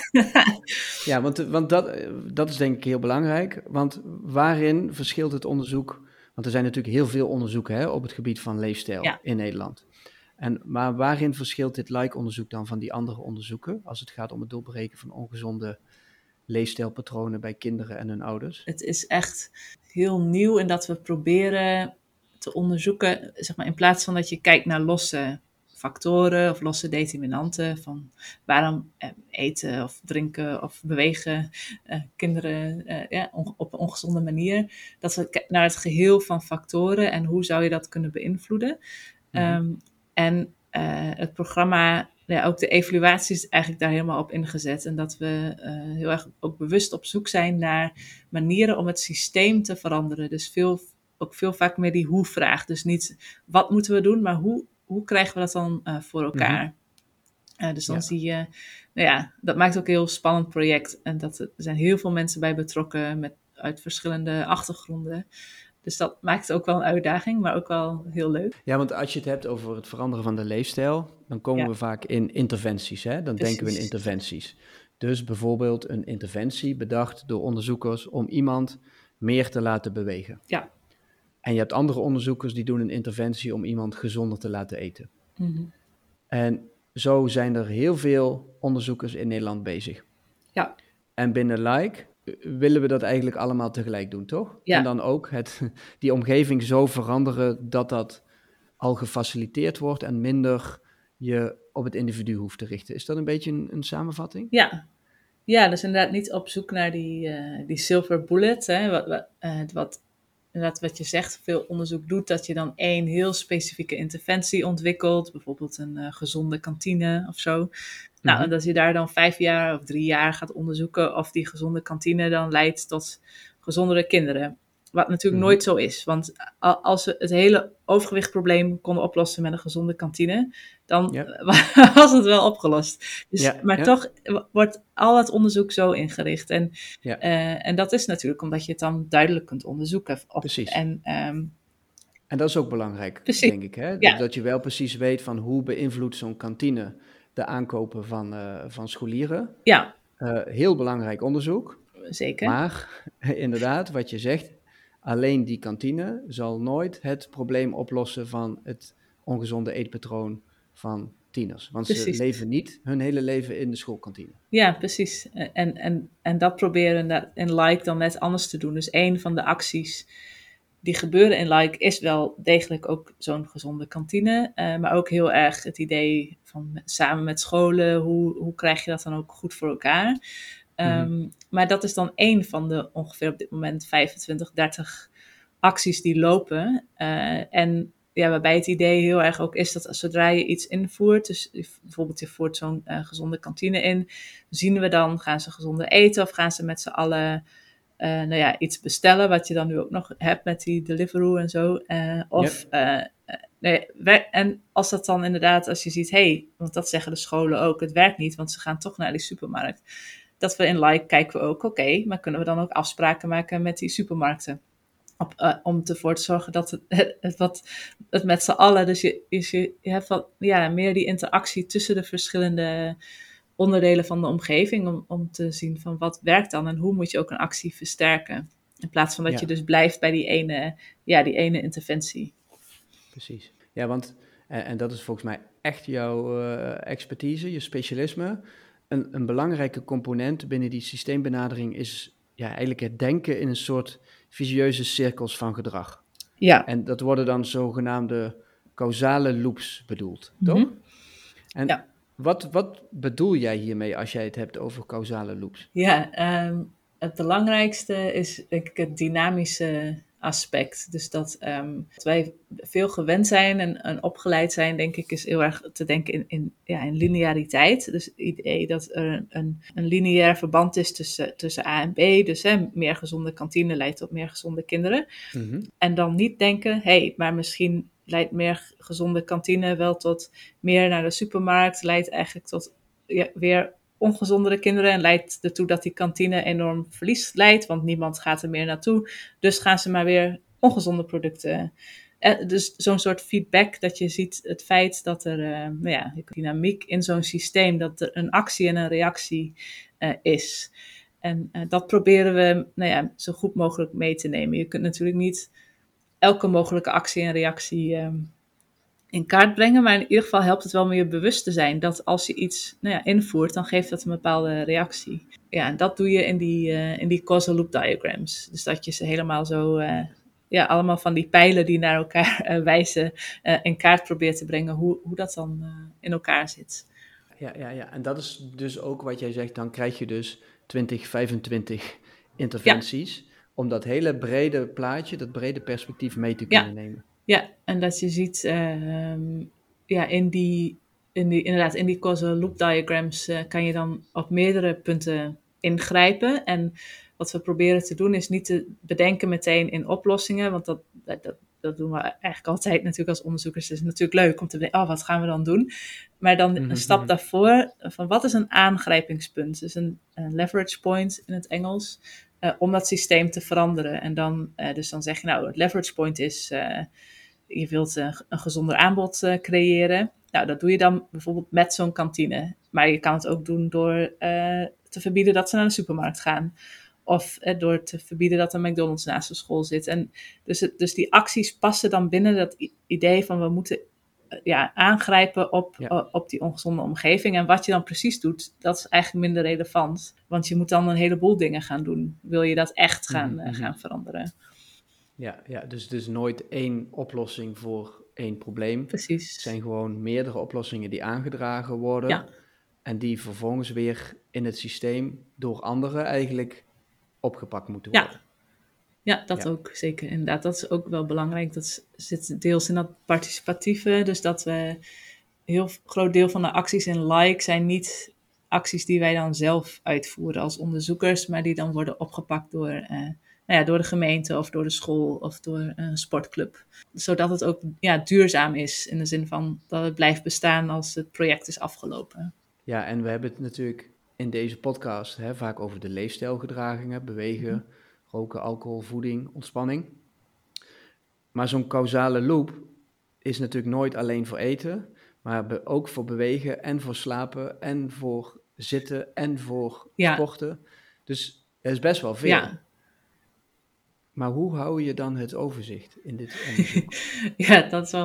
Speaker 1: Ja, want dat is denk ik heel belangrijk. Want waarin verschilt het onderzoek Want er zijn natuurlijk heel veel onderzoeken op het gebied van leefstijl
Speaker 2: Ja.
Speaker 1: in Nederland. Maar waarin verschilt dit like-onderzoek dan van die andere onderzoeken als het gaat om het doorbreken van ongezonde leefstijlpatronen bij kinderen en hun ouders?
Speaker 2: Het is echt heel nieuw in dat we proberen te onderzoeken, zeg maar, in plaats van dat je kijkt naar losse factoren of losse determinanten van waarom eten of drinken of bewegen kinderen op een ongezonde manier, dat we naar het geheel van factoren en hoe zou je dat kunnen beïnvloeden. En het programma, ook de evaluatie is eigenlijk daar helemaal op ingezet. En dat we heel erg ook bewust op zoek zijn naar manieren om het systeem te veranderen. Dus ook veel vaak meer die hoe-vraag. Dus niet wat moeten we doen, maar hoe krijgen we dat dan voor elkaar? Dus dan zie je, dat maakt ook een heel spannend project. En er zijn heel veel mensen bij betrokken uit verschillende achtergronden. Dus dat maakt het ook wel een uitdaging, maar ook wel heel leuk.
Speaker 1: Ja, want als je het hebt over het veranderen van de leefstijl, dan komen we vaak in interventies. Dan
Speaker 2: Precies.
Speaker 1: denken we in interventies. Dus bijvoorbeeld een interventie bedacht door onderzoekers om iemand meer te laten bewegen.
Speaker 2: Ja.
Speaker 1: En je hebt andere onderzoekers die doen een interventie om iemand gezonder te laten eten.
Speaker 2: Mm-hmm.
Speaker 1: En zo zijn er heel veel onderzoekers in Nederland bezig.
Speaker 2: Ja.
Speaker 1: En binnen LIKE willen we dat eigenlijk allemaal tegelijk doen, toch?
Speaker 2: Ja.
Speaker 1: En dan ook die omgeving zo veranderen dat dat al gefaciliteerd wordt en minder je op het individu hoeft te richten. Is dat een beetje een samenvatting?
Speaker 2: Ja, dus inderdaad niet op zoek naar die silver bullet. Wat je zegt, veel onderzoek doet, dat je dan één heel specifieke interventie ontwikkelt. Bijvoorbeeld een gezonde kantine of zo. Nou, en dat je daar dan 5 jaar of 3 jaar gaat onderzoeken of die gezonde kantine dan leidt tot gezondere kinderen. Wat natuurlijk nooit zo is. Want als we het hele overgewichtprobleem konden oplossen met een gezonde kantine, dan was het wel opgelost. Dus, toch wordt al het onderzoek zo ingericht. En dat is natuurlijk omdat je het dan duidelijk kunt onderzoeken.
Speaker 1: Precies.
Speaker 2: En
Speaker 1: dat is ook belangrijk,
Speaker 2: precies.
Speaker 1: Denk ik. Hè? Ja. Dat je wel precies weet van hoe beïnvloedt zo'n kantine de aankopen van scholieren.
Speaker 2: Ja.
Speaker 1: Heel belangrijk onderzoek.
Speaker 2: Zeker.
Speaker 1: Maar inderdaad, wat je zegt, alleen die kantine zal nooit het probleem oplossen van het ongezonde eetpatroon van tieners. Want ze leven niet hun hele leven in de schoolkantine.
Speaker 2: Ja, precies. En dat proberen in LIKE dan net anders te doen. Dus een van de acties die gebeuren in LIKE is wel degelijk ook zo'n gezonde kantine. Maar ook heel erg het idee van samen met scholen, hoe krijg je dat dan ook goed voor elkaar? Maar dat is dan één van de ongeveer op dit moment 25, 30 acties die lopen. En waarbij het idee heel erg ook is dat zodra je iets invoert, dus bijvoorbeeld je voert zo'n gezonde kantine in, zien we dan, gaan ze gezonder eten of gaan ze met z'n allen iets bestellen, wat je dan nu ook nog hebt met die Deliveroo en zo. En als dat dan inderdaad, als je ziet, want dat zeggen de scholen ook, het werkt niet, want ze gaan toch naar die supermarkt. Dat we in LIKE kijken we ook, maar kunnen we dan ook afspraken maken met die supermarkten? Om ervoor te zorgen dat het met z'n allen, dus je hebt meer die interactie tussen de verschillende onderdelen van de omgeving, om te zien van wat werkt dan en hoe moet je ook een actie versterken. In plaats van dat je dus blijft bij die ene interventie.
Speaker 1: Precies. Ja, want, en dat is volgens mij echt jouw expertise, je specialisme. Een belangrijke component binnen die systeembenadering is eigenlijk het denken in een soort visieuze cirkels van gedrag.
Speaker 2: Ja.
Speaker 1: En dat worden dan zogenaamde causale loops bedoeld, toch? En wat bedoel jij hiermee als jij het hebt over causale loops?
Speaker 2: Ja, het belangrijkste is denk ik het dynamische aspect. Dus dat wij veel gewend zijn en opgeleid zijn, denk ik, is heel erg te denken in lineariteit. Dus het idee dat er een lineair verband is tussen A en B. Dus meer gezonde kantine leidt tot meer gezonde kinderen. En dan niet denken, maar misschien leidt meer gezonde kantine wel tot meer naar de supermarkt, leidt eigenlijk tot weer ongezondere kinderen en leidt ertoe dat die kantine enorm verlies leidt, want niemand gaat er meer naartoe. Dus gaan ze maar weer ongezonde producten. Dus zo'n soort feedback dat je ziet, het feit dat er dynamiek in zo'n systeem, dat er een actie en een reactie is. En dat proberen we zo goed mogelijk mee te nemen. Je kunt natuurlijk niet elke mogelijke actie en reactie in kaart brengen. Maar in ieder geval helpt het wel om je bewust te zijn dat als je iets invoert, dan geeft dat een bepaalde reactie. Ja, en dat doe je in die causal loop diagrams. Dus dat je ze helemaal zo, allemaal van die pijlen die naar elkaar wijzen, in kaart probeert te brengen hoe dat dan in elkaar zit.
Speaker 1: Ja. En dat is dus ook wat jij zegt, dan krijg je dus 20, 25 interventies, om dat hele brede plaatje, dat brede perspectief mee te kunnen nemen.
Speaker 2: Ja, en dat je ziet in die causal loop diagrams kan je dan op meerdere punten ingrijpen. En wat we proberen te doen is niet te bedenken meteen in oplossingen, want dat doen we eigenlijk altijd natuurlijk als onderzoekers. Het is natuurlijk leuk om te bedenken, wat gaan we dan doen? Maar dan een stap daarvoor, van wat is een aangrijpingspunt? Dus een leverage point in het Engels, om dat systeem te veranderen. En dan, dus dan zeg je, het leverage point is, je wilt een gezonder aanbod creëren. Nou, dat doe je dan bijvoorbeeld met zo'n kantine. Maar je kan het ook doen door te verbieden dat ze naar de supermarkt gaan. Of door te verbieden dat een McDonald's naast de school zit. En dus die acties passen dan binnen dat idee van we moeten aangrijpen op die ongezonde omgeving. En wat je dan precies doet, dat is eigenlijk minder relevant. Want je moet dan een heleboel dingen gaan doen. Wil je dat echt gaan veranderen?
Speaker 1: Ja, dus nooit één oplossing voor één probleem.
Speaker 2: Precies.
Speaker 1: Het zijn gewoon meerdere oplossingen die aangedragen worden.
Speaker 2: Ja.
Speaker 1: En die vervolgens weer in het systeem door anderen eigenlijk opgepakt moeten worden.
Speaker 2: Ja, dat ook zeker. Inderdaad, dat is ook wel belangrijk. Dat zit deels in dat participatieve. Dus dat we een heel groot deel van de acties in LIKE zijn niet acties die wij dan zelf uitvoeren als onderzoekers, maar die dan worden opgepakt door de gemeente of door de school of door een sportclub. Zodat het ook duurzaam is in de zin van dat het blijft bestaan als het project is afgelopen.
Speaker 1: Ja, en we hebben het natuurlijk in deze podcast vaak over de leefstijlgedragingen, bewegen, roken, alcohol, voeding, ontspanning. Maar zo'n causale loop is natuurlijk nooit alleen voor eten, maar ook voor bewegen en voor slapen en voor zitten en voor sporten. Dus er is best wel veel.
Speaker 2: Ja.
Speaker 1: Maar hoe hou je dan het overzicht in dit onderzoek?
Speaker 2: Ja, dat is wel.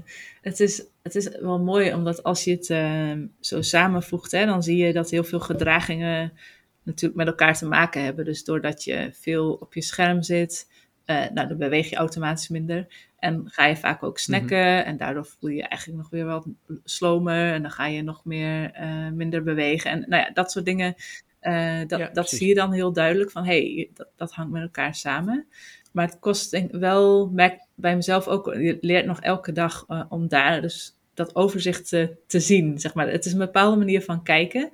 Speaker 2: Het is wel mooi, omdat als je het zo samenvoegt, dan zie je dat heel veel gedragingen natuurlijk met elkaar te maken hebben. Dus doordat je veel op je scherm zit, dan beweeg je automatisch minder. En ga je vaak ook snacken en daardoor voel je je eigenlijk nog weer wat slomer. En dan ga je nog minder bewegen. En dat soort dingen. Dat zie je dan heel duidelijk van, dat hangt met elkaar samen. Maar het kost merk bij mezelf ook, je leert nog elke dag om daar dus dat overzicht te zien, zeg maar. Het is een bepaalde manier van kijken.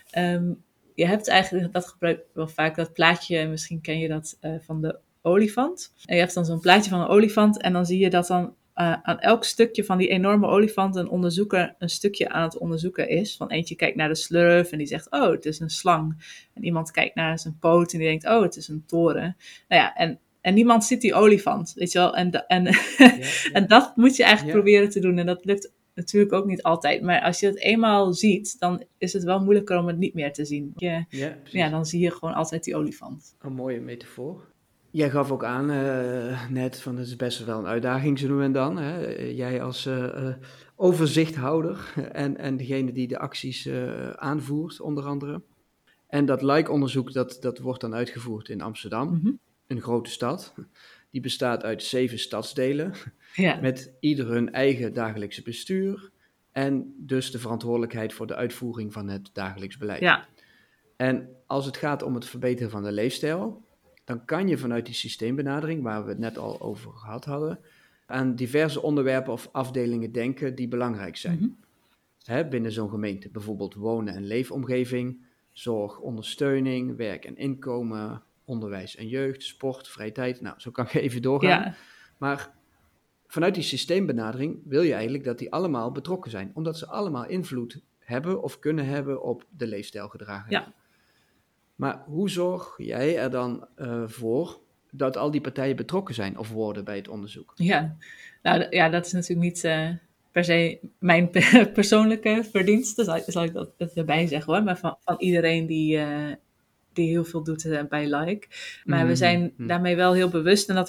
Speaker 2: Je hebt eigenlijk, dat gebruik ik wel vaak, dat plaatje, misschien ken je dat van de olifant. En je hebt dan zo'n plaatje van een olifant en dan zie je dat dan aan elk stukje van die enorme olifant een onderzoeker een stukje aan het onderzoeken is. Van eentje kijkt naar de slurf en die zegt, het is een slang. En iemand kijkt naar zijn poot en die denkt, het is een toren. En niemand ziet die olifant, weet je wel. En dat moet je eigenlijk proberen te doen. En dat lukt natuurlijk ook niet altijd. Maar als je het eenmaal ziet, dan is het wel moeilijker om het niet meer te zien. Dan zie je gewoon altijd die olifant.
Speaker 1: Een mooie metafoor. Jij gaf ook aan net van het is best wel een uitdaging zo nu en dan. Hè? Jij als overzichthouder en degene die de acties aanvoert onder andere. En dat LIKE-onderzoek dat wordt dan uitgevoerd in Amsterdam, een grote stad. Die bestaat uit 7 stadsdelen met ieder hun eigen dagelijkse bestuur. En dus de verantwoordelijkheid voor de uitvoering van het dagelijks beleid.
Speaker 2: Ja.
Speaker 1: En als het gaat om het verbeteren van de leefstijl, dan kan je vanuit die systeembenadering, waar we het net al over gehad hadden, aan diverse onderwerpen of afdelingen denken die belangrijk zijn. Binnen zo'n gemeente, bijvoorbeeld wonen- en leefomgeving, zorg, ondersteuning, werk en inkomen, onderwijs en jeugd, sport, vrije tijd. Nou, zo kan ik even doorgaan. Ja. Maar vanuit die systeembenadering wil je eigenlijk dat die allemaal betrokken zijn, omdat ze allemaal invloed hebben of kunnen hebben op de leefstijlgedragingen. Ja. Maar hoe zorg jij er dan voor dat al die partijen betrokken zijn of worden bij het onderzoek?
Speaker 2: Ja, dat is natuurlijk niet per se mijn persoonlijke verdienste, zal ik dat erbij zeggen hoor. Maar van iedereen die heel veel doet bij LIKE. Maar we zijn daarmee wel heel bewust. En dat was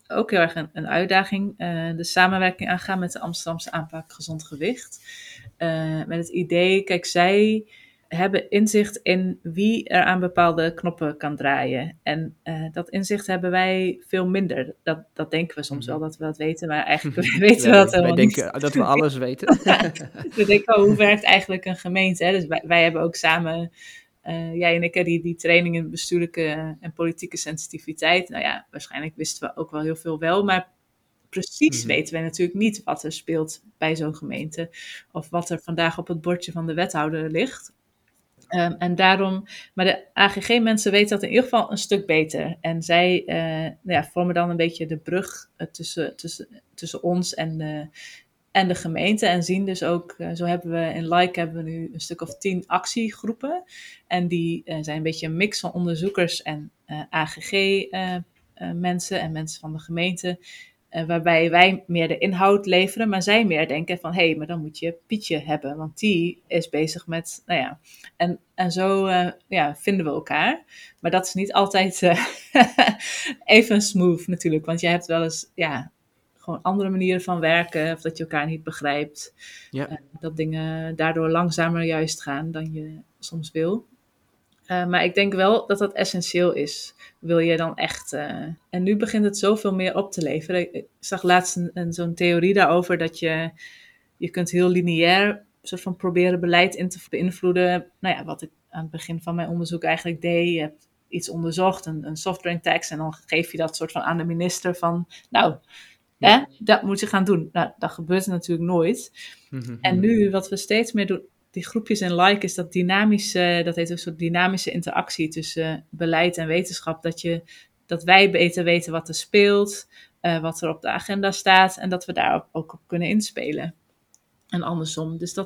Speaker 2: ook heel erg een uitdaging. De samenwerking aangaan met de Amsterdamse aanpak gezond gewicht. Met het idee, kijk, zij hebben inzicht in wie er aan bepaalde knoppen kan draaien. En dat inzicht hebben wij veel minder. Dat denken we soms wel dat we dat weten, maar eigenlijk weten we dat helemaal
Speaker 1: wij
Speaker 2: niet.
Speaker 1: denken dat we alles weten.
Speaker 2: We denken, hoe werkt eigenlijk een gemeente? Hè? Dus wij hebben ook samen, jij en ik, die training in bestuurlijke en politieke sensitiviteit. Nou ja, waarschijnlijk wisten we ook wel heel veel wel, maar precies weten we natuurlijk niet wat er speelt bij zo'n gemeente. Of wat er vandaag op het bordje van de wethouder ligt. En daarom, maar de AGG-mensen weten dat in ieder geval een stuk beter. En zij vormen dan een beetje de brug tussen ons en de gemeente. En zien dus ook, zo hebben we in Like hebben we nu een stuk of 10 actiegroepen. En die zijn een beetje een mix van onderzoekers en AGG-mensen en mensen van de gemeente. Waarbij wij meer de inhoud leveren, maar zij meer denken van, hé, maar dan moet je Pietje hebben, want die is bezig met, nou ja, en zo vinden we elkaar. Maar dat is niet altijd even smooth natuurlijk, want je hebt wel eens, gewoon andere manieren van werken, of dat je elkaar niet begrijpt.
Speaker 1: Ja.
Speaker 2: Dat dingen daardoor langzamer juist gaan dan je soms wil. Maar ik denk wel dat dat essentieel is. Wil je dan echt... En nu begint het zoveel meer op te leveren. Ik zag laatst zo'n theorie daarover dat je kunt heel lineair soort van proberen beleid in te beïnvloeden. Nou ja, wat ik aan het begin van mijn onderzoek eigenlijk deed. Je hebt iets onderzocht, een softdrinktax, en dan geef je dat soort van aan de minister van, nou, dat moet je gaan doen. Nou, dat gebeurt natuurlijk nooit. En nu, wat we steeds meer doen, die groepjes in Like, is dat dynamische, dat heet een soort dynamische interactie tussen beleid en wetenschap. Dat wij beter weten wat er speelt, wat er op de agenda staat, en dat we daar ook op kunnen inspelen. En andersom. Dus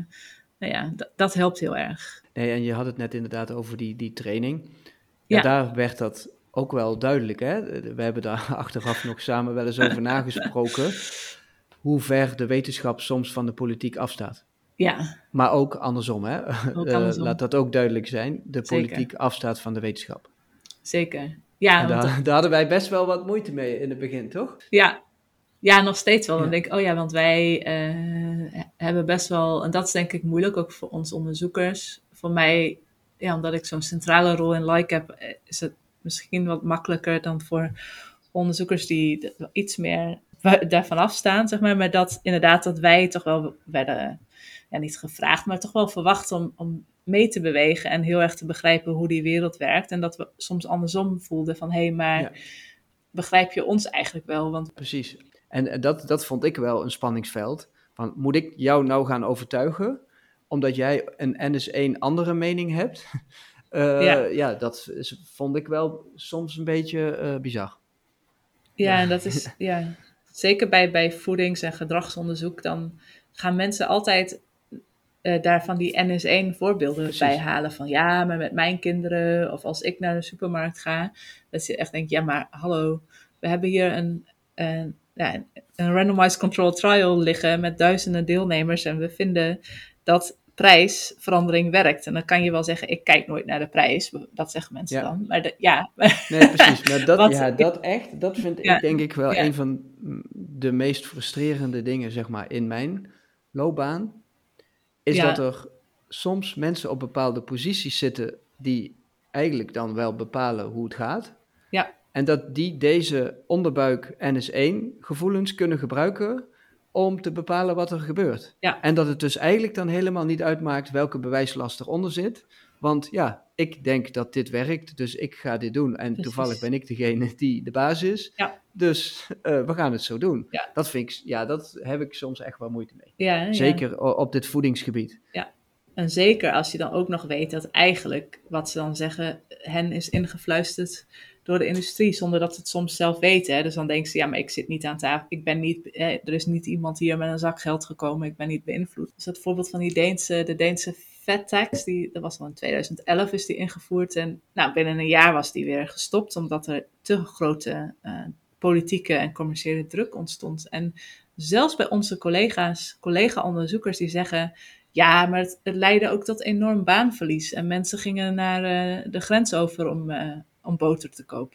Speaker 2: dat helpt heel erg.
Speaker 1: Nee, en je had het net inderdaad over die training.
Speaker 2: Ja.
Speaker 1: Daar werd dat ook wel duidelijk, hè? We hebben daar achteraf nog samen wel eens over nagesproken, hoe ver de wetenschap soms van de politiek afstaat.
Speaker 2: Ja.
Speaker 1: Maar ook andersom, hè?
Speaker 2: Ook andersom.
Speaker 1: Laat dat ook duidelijk zijn. De politiek
Speaker 2: Zeker.
Speaker 1: afstaat van de wetenschap.
Speaker 2: Zeker. Ja,
Speaker 1: daar hadden wij best wel wat moeite mee in het begin, toch?
Speaker 2: Ja, nog steeds wel. Dan denk ik, want wij hebben best wel, en dat is denk ik moeilijk, ook voor ons onderzoekers. Voor mij, omdat ik zo'n centrale rol in Like heb, is het misschien wat makkelijker dan voor onderzoekers die iets meer daarvan afstaan, zeg maar. Maar dat inderdaad, dat wij toch wel werden, niet gevraagd, maar toch wel verwacht om mee te bewegen en heel erg te begrijpen hoe die wereld werkt. En dat we soms andersom voelden van, maar begrijp je ons eigenlijk wel? Want...
Speaker 1: Precies. En dat vond ik wel een spanningsveld. Van, moet ik jou nou gaan overtuigen, omdat jij een NS1 andere mening hebt? Dat vond ik wel soms een beetje bizar.
Speaker 2: Ja, en dat is, zeker bij voedings- en gedragsonderzoek, dan gaan mensen altijd daarvan die NS1 voorbeelden bij halen. Van maar met mijn kinderen, of als ik naar de supermarkt ga, dat je echt denkt, maar hallo, we hebben hier een randomized control trial liggen met duizenden deelnemers en we vinden dat prijsverandering werkt. En dan kan je wel zeggen, ik kijk nooit naar de prijs. Dat zeggen mensen dan. Maar
Speaker 1: nee, precies. Maar dat vind ik denk ik wel een van de meest frustrerende dingen, zeg maar, in mijn loopbaan. Is dat er soms mensen op bepaalde posities zitten die eigenlijk dan wel bepalen hoe het gaat.
Speaker 2: Ja.
Speaker 1: En dat die deze onderbuik NS1 gevoelens kunnen gebruiken om te bepalen wat er gebeurt.
Speaker 2: Ja.
Speaker 1: En dat het dus eigenlijk dan helemaal niet uitmaakt welke bewijslast eronder zit. Want ik denk dat dit werkt, dus ik ga dit doen. En toevallig ben ik degene die de baas is.
Speaker 2: Ja.
Speaker 1: Dus we gaan het zo doen.
Speaker 2: Ja.
Speaker 1: Dat vind ik, dat heb ik soms echt wel moeite mee.
Speaker 2: Ja,
Speaker 1: zeker op dit voedingsgebied.
Speaker 2: Ja. En zeker als je dan ook nog weet dat eigenlijk, wat ze dan zeggen, hen is ingefluisterd door de industrie, zonder dat ze het soms zelf weten. Hè. Dus dan denken ze, maar ik zit niet aan tafel, er is niet iemand hier met een zak geld gekomen, ik ben niet beïnvloed. Dus dat voorbeeld van de Deense fat tax, dat was al in 2011 is die ingevoerd. En binnen een jaar was die weer gestopt, omdat er te grote politieke en commerciële druk ontstond. En zelfs bij onze collega-onderzoekers die zeggen, maar het leidde ook tot enorm baanverlies. En mensen gingen naar de grens over om boter te kopen.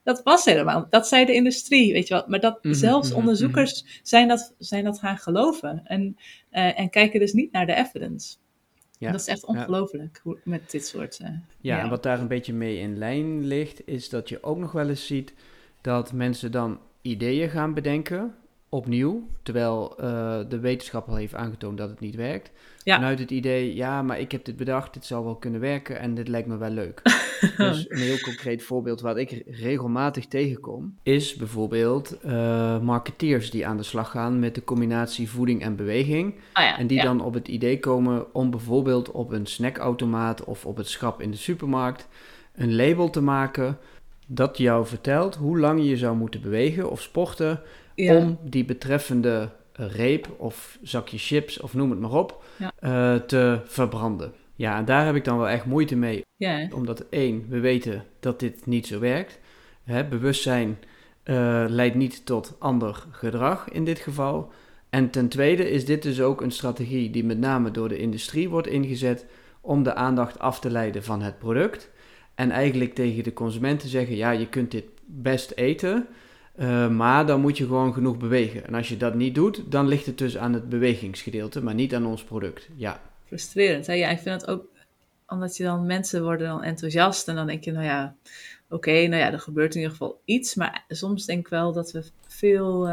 Speaker 2: Dat was helemaal, dat zei de industrie, weet je wel. Maar dat zelfs
Speaker 1: mhm.
Speaker 2: onderzoekers zijn dat gaan geloven. En kijken dus niet naar de evidence. En
Speaker 1: Ja,
Speaker 2: dat is echt
Speaker 1: ja.
Speaker 2: ongelooflijk met dit soort.
Speaker 1: Ja, en wat daar een beetje mee in lijn ligt, is dat je ook nog wel eens ziet dat mensen dan ideeën gaan bedenken, opnieuw, terwijl de wetenschap al heeft aangetoond dat het niet werkt.
Speaker 2: Ja.
Speaker 1: Vanuit het idee, ja, maar ik heb dit bedacht, dit zal wel kunnen werken en dit lijkt me wel leuk. Dus een heel concreet voorbeeld wat ik regelmatig tegenkom, is bijvoorbeeld marketeers die aan de slag gaan met de combinatie voeding en beweging.
Speaker 2: Ah ja,
Speaker 1: En die
Speaker 2: ja.
Speaker 1: dan op het idee komen om bijvoorbeeld op een snackautomaat of op het schap in de supermarkt een label te maken dat jou vertelt hoe lang je zou moeten bewegen of sporten
Speaker 2: Ja.
Speaker 1: om die betreffende reep of zakje chips of noem het maar op te verbranden. Ja, en daar heb ik dan wel echt moeite mee.
Speaker 2: Ja.
Speaker 1: Omdat één, we weten dat dit niet zo werkt. Bewustzijn leidt niet tot ander gedrag in dit geval. En ten tweede is dit dus ook een strategie die met name door de industrie wordt ingezet om de aandacht af te leiden van het product. En eigenlijk tegen de consumenten zeggen, ja, je kunt dit best eten, maar dan moet je gewoon genoeg bewegen. En als je dat niet doet, dan ligt het dus aan het bewegingsgedeelte, maar niet aan ons product. Ja.
Speaker 2: Frustrerend. Hè? Ja, ik vind het ook, omdat je dan, mensen worden dan enthousiast en dan denk je, nou ja, oké, nou ja, er gebeurt in ieder geval iets. Maar soms denk ik wel dat we veel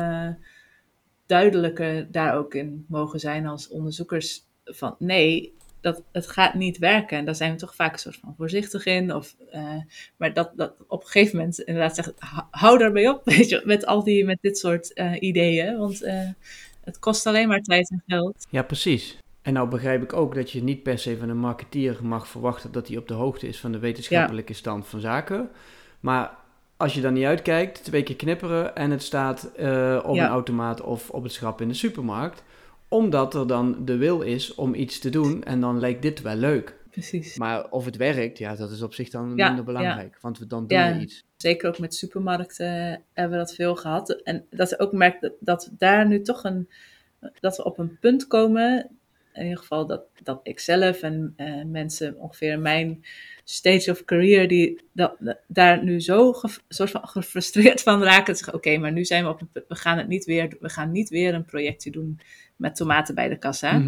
Speaker 2: duidelijker daar ook in mogen zijn als onderzoekers van nee, het gaat niet werken. En daar zijn we toch vaak een soort van voorzichtig in. Maar dat op een gegeven moment inderdaad zegt, hou daarmee op, weet je, met dit soort ideeën. Want het kost alleen maar tijd en geld.
Speaker 1: Ja, precies. En nou begrijp ik ook dat je niet per se van een marketeer mag verwachten dat hij op de hoogte is van de wetenschappelijke stand van zaken. Maar als je dan niet uitkijkt, 2 keer knipperen en het staat op een automaat of op het schap in de supermarkt. Omdat er dan de wil is om iets te doen en dan lijkt dit wel leuk.
Speaker 2: Precies.
Speaker 1: Maar of het werkt, ja, dat is op zich dan minder belangrijk. Want dan doen we iets.
Speaker 2: Zeker ook met supermarkten hebben we dat veel gehad. En dat ik ook merk dat daar nu toch dat we op een punt komen, in ieder geval dat ik zelf en mensen ongeveer in mijn stage of career, die daar nu zo soort van gefrustreerd van raken. Dat ze zeggen, oké, maar nu zijn we op een punt, we gaan niet weer een projectje doen met tomaten bij de kassa.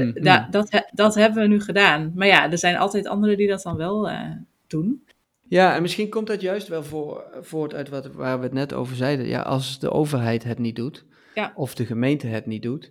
Speaker 2: Dat hebben we nu gedaan. Maar ja, er zijn altijd anderen die dat dan wel doen.
Speaker 1: Ja, en misschien komt dat juist wel voort uit waar we het net over zeiden. Ja, als de overheid het niet doet, of de gemeente het niet doet,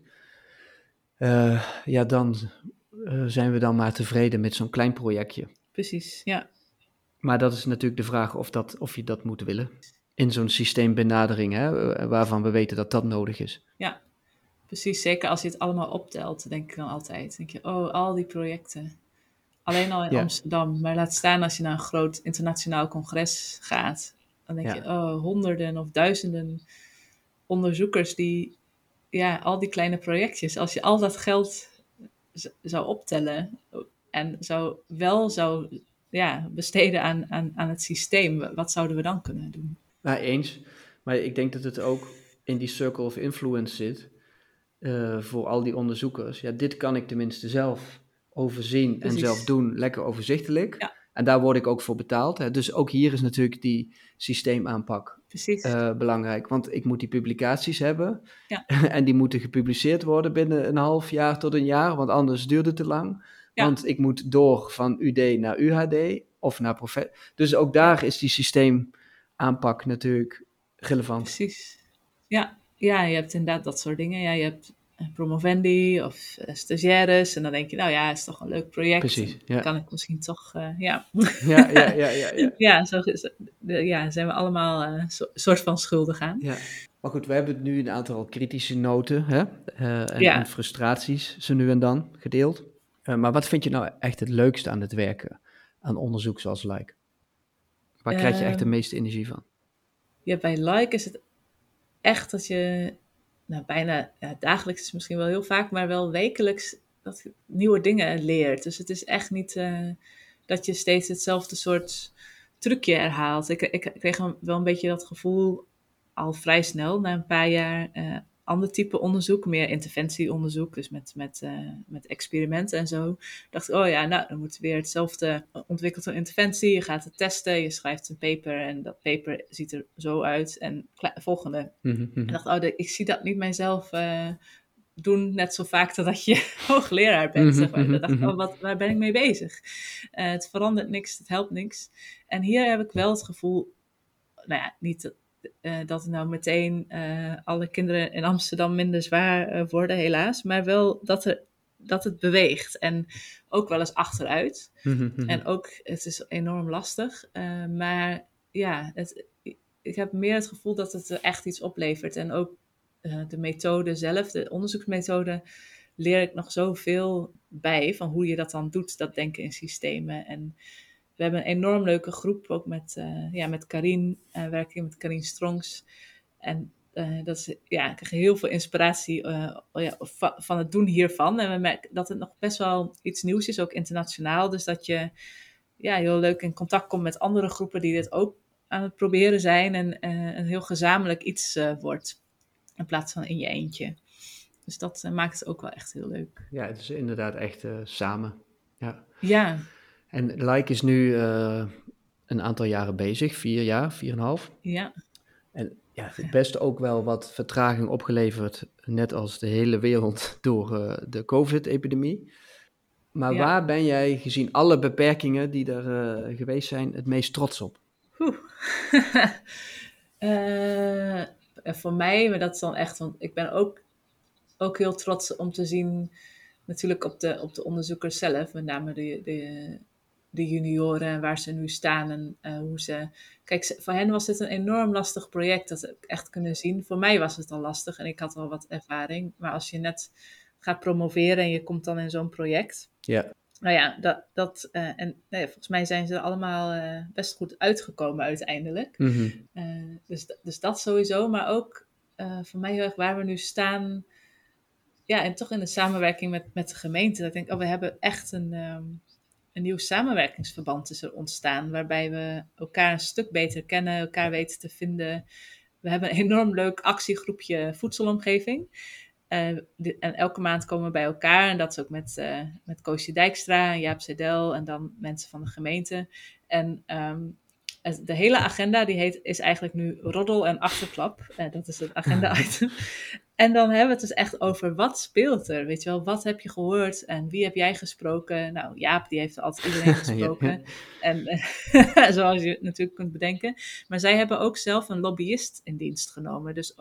Speaker 1: dan zijn we dan maar tevreden met zo'n klein projectje.
Speaker 2: Precies, ja.
Speaker 1: Maar dat is natuurlijk de vraag of je dat moet willen. In zo'n systeembenadering, waarvan we weten dat dat nodig is.
Speaker 2: Ja, precies. Zeker als je het allemaal optelt, denk ik dan altijd. Denk je, oh, al die projecten. Alleen al in Amsterdam. Maar laat staan als je naar een groot internationaal congres gaat. Dan denk je, oh, honderden of duizenden onderzoekers die, al die kleine projectjes. Als je al dat geld zou optellen en zou besteden aan het systeem, wat zouden we dan kunnen doen?
Speaker 1: Nou, eens. Maar ik denk dat het ook in die circle of influence zit voor al die onderzoekers. Ja, dit kan ik tenminste zelf overzien en zelf doen, lekker overzichtelijk.
Speaker 2: Ja.
Speaker 1: En daar word ik ook voor betaald. Hè. Dus ook hier is natuurlijk die systeemaanpak belangrijk. Want ik moet die publicaties hebben en die moeten gepubliceerd worden binnen een half jaar tot een jaar, want anders duurt het te lang. Ja. Want ik moet door van UD naar UHD of naar Dus ook daar is die systeemaanpak natuurlijk relevant.
Speaker 2: Precies. Ja, je hebt inderdaad dat soort dingen. Ja, je hebt promovendi of stagiaires. En dan denk je, nou ja, het is toch een leuk project.
Speaker 1: Precies, ja.
Speaker 2: Kan ik misschien toch,
Speaker 1: Ja.
Speaker 2: Ja, zijn we allemaal soort van schuldig aan.
Speaker 1: Ja. Maar goed, we hebben nu een aantal kritische noten en frustraties zo nu en dan gedeeld. Maar wat vind je nou echt het leukste aan het werken aan onderzoek zoals Like? Waar krijg je echt de meeste energie van?
Speaker 2: Ja, bij Like is het echt dat je bijna dagelijks is misschien wel heel vaak, maar wel wekelijks dat je nieuwe dingen leert. Dus het is echt niet dat je steeds hetzelfde soort trucje herhaalt. Ik kreeg wel een beetje dat gevoel al vrij snel, na een paar jaar ander type onderzoek, meer interventieonderzoek, dus met experimenten en zo. Dacht ik, oh ja, nou, dan moet weer hetzelfde ontwikkeld een interventie. Je gaat het testen, je schrijft een paper en dat paper ziet er zo uit. En volgende. En dacht, ik zie dat niet mijzelf doen net zo vaak totdat je hoogleraar bent. Zeg maar. Dan dacht ik, waar ben ik mee bezig? Het verandert niks, het helpt niks. En hier heb ik wel het gevoel, nou ja, niet dat nou meteen alle kinderen in Amsterdam minder zwaar worden, helaas. Maar wel dat het beweegt. En ook wel eens achteruit. En ook, het is enorm lastig. Maar ja, ik heb meer het gevoel dat het er echt iets oplevert. En ook de methode zelf, de onderzoeksmethode, leer ik nog zoveel bij van hoe je dat dan doet, dat denken in systemen. En we hebben een enorm leuke groep, ook met Karin, werk ik met Karin Strongs. En dat is, ik krijg heel veel inspiratie van het doen hiervan. En we merken dat het nog best wel iets nieuws is, ook internationaal. Dus dat je heel leuk in contact komt met andere groepen die dit ook aan het proberen zijn. En een heel gezamenlijk iets wordt, in plaats van in je eentje. Dus dat maakt het ook wel echt heel leuk.
Speaker 1: Ja, het is inderdaad echt samen.
Speaker 2: Ja.
Speaker 1: En Like is nu een aantal jaren bezig, 4 jaar, 4,5.
Speaker 2: Ja.
Speaker 1: En ja, het best ook wel wat vertraging opgeleverd, net als de hele wereld, door de COVID-epidemie. Maar waar ben jij, gezien alle beperkingen die er geweest zijn, het meest trots op?
Speaker 2: Voor mij, maar dat is dan echt, want ik ben ook heel trots om te zien, natuurlijk op de onderzoekers zelf, met name de junioren en waar ze nu staan en hoe ze... Kijk, voor hen was dit een enorm lastig project, dat heb ik echt kunnen zien. Voor mij was het al lastig en ik had al wat ervaring. Maar als je net gaat promoveren en je komt dan in zo'n project...
Speaker 1: Ja.
Speaker 2: Nou ja, volgens mij zijn ze er allemaal best goed uitgekomen uiteindelijk. Dus dat sowieso, maar ook voor mij heel erg waar we nu staan... Ja, en toch in de samenwerking met de gemeente. Dat ik denk, we hebben echt een nieuw samenwerkingsverband is er ontstaan, waarbij we elkaar een stuk beter kennen, elkaar weten te vinden. We hebben een enorm leuk actiegroepje voedselomgeving. En elke maand komen we bij elkaar. En dat is ook met Koosje Dijkstra en Jaap Sedel en dan mensen van de gemeente. En de hele agenda is eigenlijk nu roddel en achterklap. Dat is het agenda-item. En dan hebben we het dus echt over wat speelt er, weet je wel. Wat heb je gehoord en wie heb jij gesproken? Nou, Jaap, die heeft altijd iedereen gesproken. En zoals je het natuurlijk kunt bedenken. Maar zij hebben ook zelf een lobbyist in dienst genomen. Dus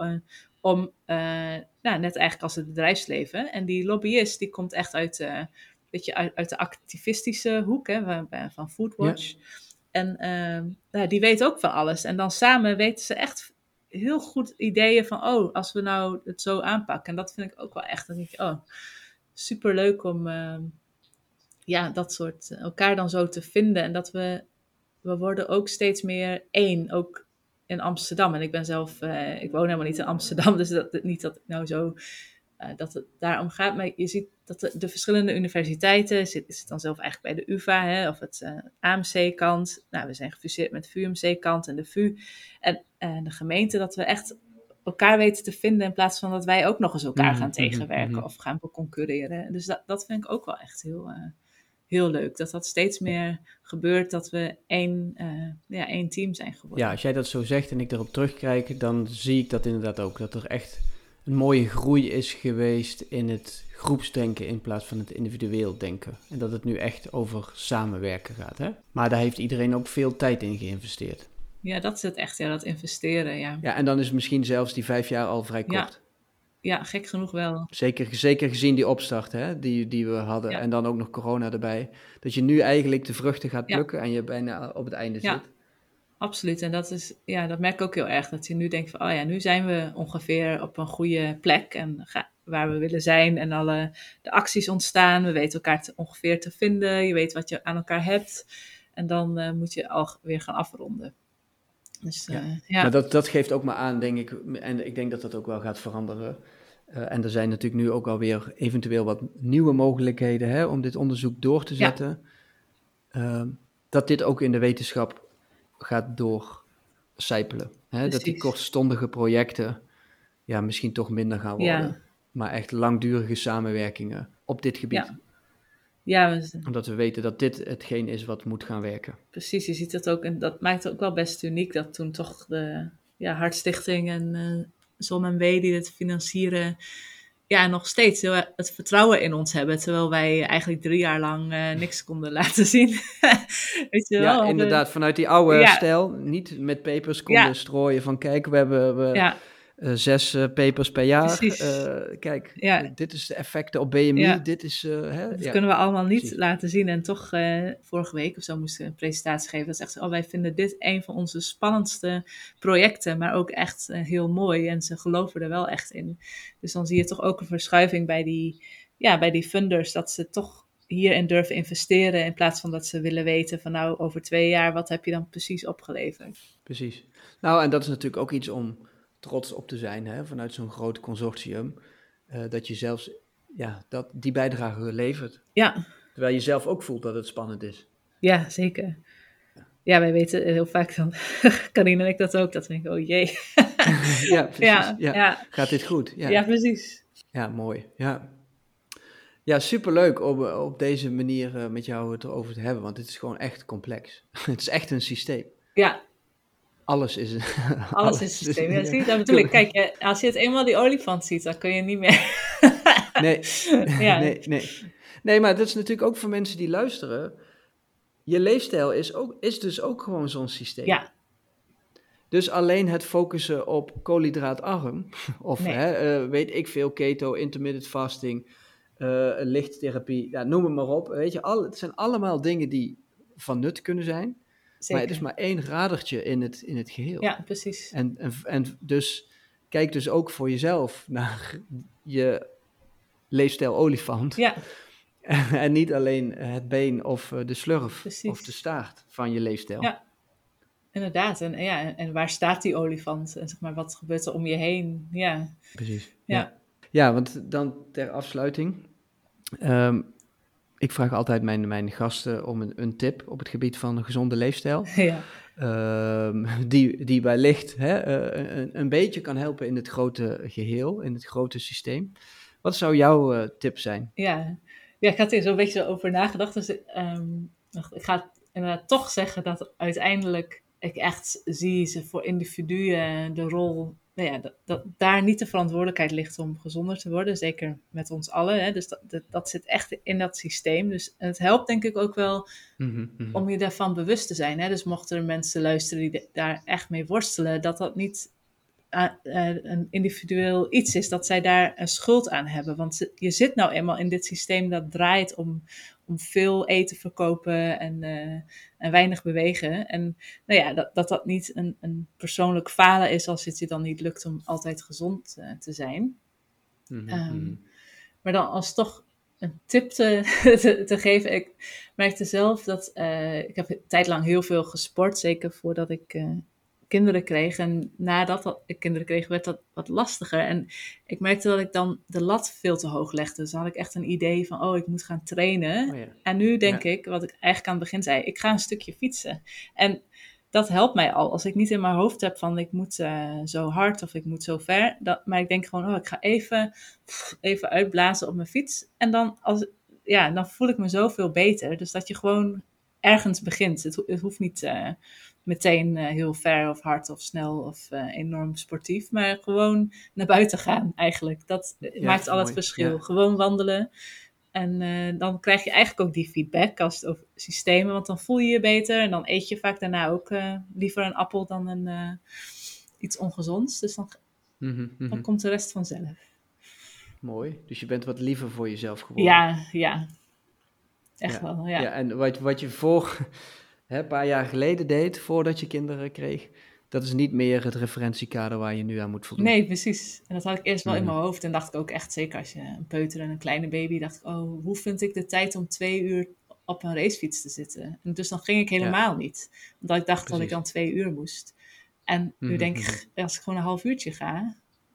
Speaker 2: net eigenlijk als het bedrijfsleven. En die lobbyist, die komt echt uit de activistische hoek, hè, van Foodwatch. Ja. En die weet ook van alles. En dan samen weten ze echt heel goed ideeën van, als we nou het zo aanpakken. En dat vind ik ook wel echt, dan denk je, superleuk om dat soort elkaar dan zo te vinden. En dat we worden ook steeds meer één, ook in Amsterdam. En ik ben zelf, ik woon helemaal niet in Amsterdam, dus niet dat ik nou zo... dat het daarom gaat, maar je ziet dat de verschillende universiteiten, zit dan zelf eigenlijk bij de UvA, hè, of het AMC-kant. Nou, we zijn gefuseerd met de VUMC-kant en de VU. En de gemeente, dat we echt elkaar weten te vinden in plaats van dat wij ook nog eens elkaar gaan tegenwerken of gaan concurreren. Dus dat vind ik ook wel echt heel leuk. Dat steeds meer gebeurt, dat we één team zijn geworden.
Speaker 1: Ja, als jij dat zo zegt en ik erop terugkijk, dan zie ik dat inderdaad ook. Dat er echt een mooie groei is geweest in het groepsdenken in plaats van het individueel denken. En dat het nu echt over samenwerken gaat. Hè? Maar daar heeft iedereen ook veel tijd in geïnvesteerd.
Speaker 2: Ja, dat is het echt, dat investeren, ja.
Speaker 1: Ja, en dan is misschien zelfs die 5 jaar al vrij kort.
Speaker 2: Ja, gek genoeg wel.
Speaker 1: Zeker gezien die opstart, hè, die we hadden en dan ook nog corona erbij. Dat je nu eigenlijk de vruchten gaat plukken en je bijna op het einde zit.
Speaker 2: Absoluut. En dat merk ik ook heel erg. Dat je nu denkt van, nu zijn we ongeveer op een goede plek. En waar we willen zijn. En de acties ontstaan. We weten elkaar ongeveer te vinden. Je weet wat je aan elkaar hebt. En dan moet je al weer gaan afronden. Dus,
Speaker 1: Maar dat geeft ook maar aan, denk ik. En ik denk dat dat ook wel gaat veranderen. En er zijn natuurlijk nu ook alweer eventueel wat nieuwe mogelijkheden, hè, om dit onderzoek door te zetten. Dat dit ook in de wetenschap gaat doorcijpelen. Hè? Dat die kortstondige projecten, misschien toch minder gaan worden.
Speaker 2: Ja.
Speaker 1: Maar echt langdurige samenwerkingen op dit gebied.
Speaker 2: Ja,
Speaker 1: Omdat we weten dat dit hetgeen is wat moet gaan werken.
Speaker 2: precies. Je ziet dat ook. En dat maakt het ook wel best uniek. Dat toen toch de Hartstichting en Zon en W die dit financieren... nog steeds heel het vertrouwen in ons hebben. Terwijl wij eigenlijk 3 jaar lang niks konden laten zien. Weet je wel?
Speaker 1: Ja, inderdaad. Vanuit die oude stijl. Niet met papers konden strooien van... Kijk, we hebben 6 papers per jaar. Kijk, dit is de effecten op BMI.
Speaker 2: Ja.
Speaker 1: Dit is...
Speaker 2: dat kunnen we allemaal niet laten zien. En toch, vorige week of zo moesten we een presentatie geven. Dat zegt ze, wij vinden dit een van onze spannendste projecten. Maar ook echt heel mooi. En ze geloven er wel echt in. Dus dan zie je toch ook een verschuiving bij die funders. Dat ze toch hierin durven investeren. In plaats van dat ze willen weten van over 2 jaar, wat heb je dan precies opgeleverd?
Speaker 1: Precies. Nou, en dat is natuurlijk ook iets om trots op te zijn, hè, vanuit zo'n groot consortium, dat je zelfs die bijdrage levert.
Speaker 2: Ja.
Speaker 1: Terwijl je zelf ook voelt dat het spannend is.
Speaker 2: Ja, zeker. Ja, wij weten heel vaak dan, Carine en ik dat ook, dat we denken, oh jee.
Speaker 1: Ja, precies. Ja. Gaat dit goed?
Speaker 2: Ja, precies.
Speaker 1: Ja, mooi. Ja, superleuk om op deze manier met jou het erover te hebben, want het is gewoon echt complex. Het is echt een systeem.
Speaker 2: Ja.
Speaker 1: Alles is een
Speaker 2: systeem. Ja, zie je, dat bedoel ik. Kijk, als je het eenmaal die olifant ziet, dan kun je niet meer...
Speaker 1: Nee, maar dat is natuurlijk ook voor mensen die luisteren. Je leefstijl is dus ook gewoon zo'n systeem.
Speaker 2: Ja.
Speaker 1: Dus alleen het focussen op koolhydraatarm, of weet ik veel, keto, intermittent fasting, lichttherapie, noem het maar op. Weet je, het zijn allemaal dingen die van nut kunnen zijn. Zeker. Maar het is maar 1 radertje in het geheel.
Speaker 2: Ja, precies.
Speaker 1: En dus kijk dus ook voor jezelf naar je leefstijl olifant.
Speaker 2: Ja.
Speaker 1: En niet alleen het been of de slurf
Speaker 2: precies.
Speaker 1: of de staart van je leefstijl.
Speaker 2: Ja, inderdaad. En waar staat die olifant? En zeg maar, wat gebeurt er om je heen? Ja.
Speaker 1: Precies.
Speaker 2: Ja,
Speaker 1: want dan ter afsluiting. Ik vraag altijd mijn gasten om een tip op het gebied van een gezonde leefstijl.
Speaker 2: Ja.
Speaker 1: Die wellicht een beetje kan helpen in het grote geheel, in het grote systeem. Wat zou jouw tip zijn?
Speaker 2: Ja, ik had hier zo'n beetje zo over nagedacht. Dus ik ga inderdaad toch zeggen dat uiteindelijk ik echt zie ze voor individuen de rol... dat daar niet de verantwoordelijkheid ligt om gezonder te worden. Zeker met ons allen. Hè. Dus dat zit echt in dat systeem. Dus het helpt denk ik ook wel om je daarvan bewust te zijn. Hè. Dus mochten er mensen luisteren die daar echt mee worstelen, dat niet een individueel iets is, dat zij daar een schuld aan hebben. Want je zit nou eenmaal in dit systeem dat draait om veel eten verkopen en weinig bewegen. En dat niet een persoonlijk falen is als het je dan niet lukt om altijd gezond te zijn. Maar dan als toch een tip te geven. Ik merkte zelf dat ik heb een tijd lang heel veel gesport, zeker voordat ik kinderen kreeg. En nadat ik kinderen kreeg, werd dat wat lastiger. En ik merkte dat ik dan de lat veel te hoog legde. Dus dan had ik echt een idee van, ik moet gaan trainen. Oh ja. En nu denk ik, wat ik eigenlijk aan het begin zei, ik ga een stukje fietsen. En dat helpt mij al. Als ik niet in mijn hoofd heb van, ik moet zo hard of ik moet zo ver. Maar ik denk gewoon, ik ga even uitblazen op mijn fiets. En dan voel ik me zoveel beter. Dus dat je gewoon ergens begint. Het hoeft niet meteen heel ver of hard of snel of enorm sportief. Maar gewoon naar buiten gaan eigenlijk. Dat maakt al het verschil. Ja. Gewoon wandelen. En dan krijg je eigenlijk ook die feedback als het over systemen. Want dan voel je je beter. En dan eet je vaak daarna ook liever een appel dan iets ongezonds. Dus dan komt de rest vanzelf.
Speaker 1: Mooi. Dus je bent wat liever voor jezelf geworden.
Speaker 2: Ja. Echt wel, ja.
Speaker 1: Ja, en wat je een paar jaar geleden deed, voordat je kinderen kreeg, dat is niet meer het referentiekader waar je nu aan moet voldoen.
Speaker 2: Nee, precies. En dat had ik eerst wel in mijn hoofd. En dacht ik ook echt, zeker als je een peuter en een kleine baby, dacht ik, hoe vind ik de tijd om 2 uur op een racefiets te zitten? En dus dan ging ik helemaal niet. Omdat ik dacht dat ik dan 2 uur moest. En nu denk ik, als ik gewoon een half uurtje ga,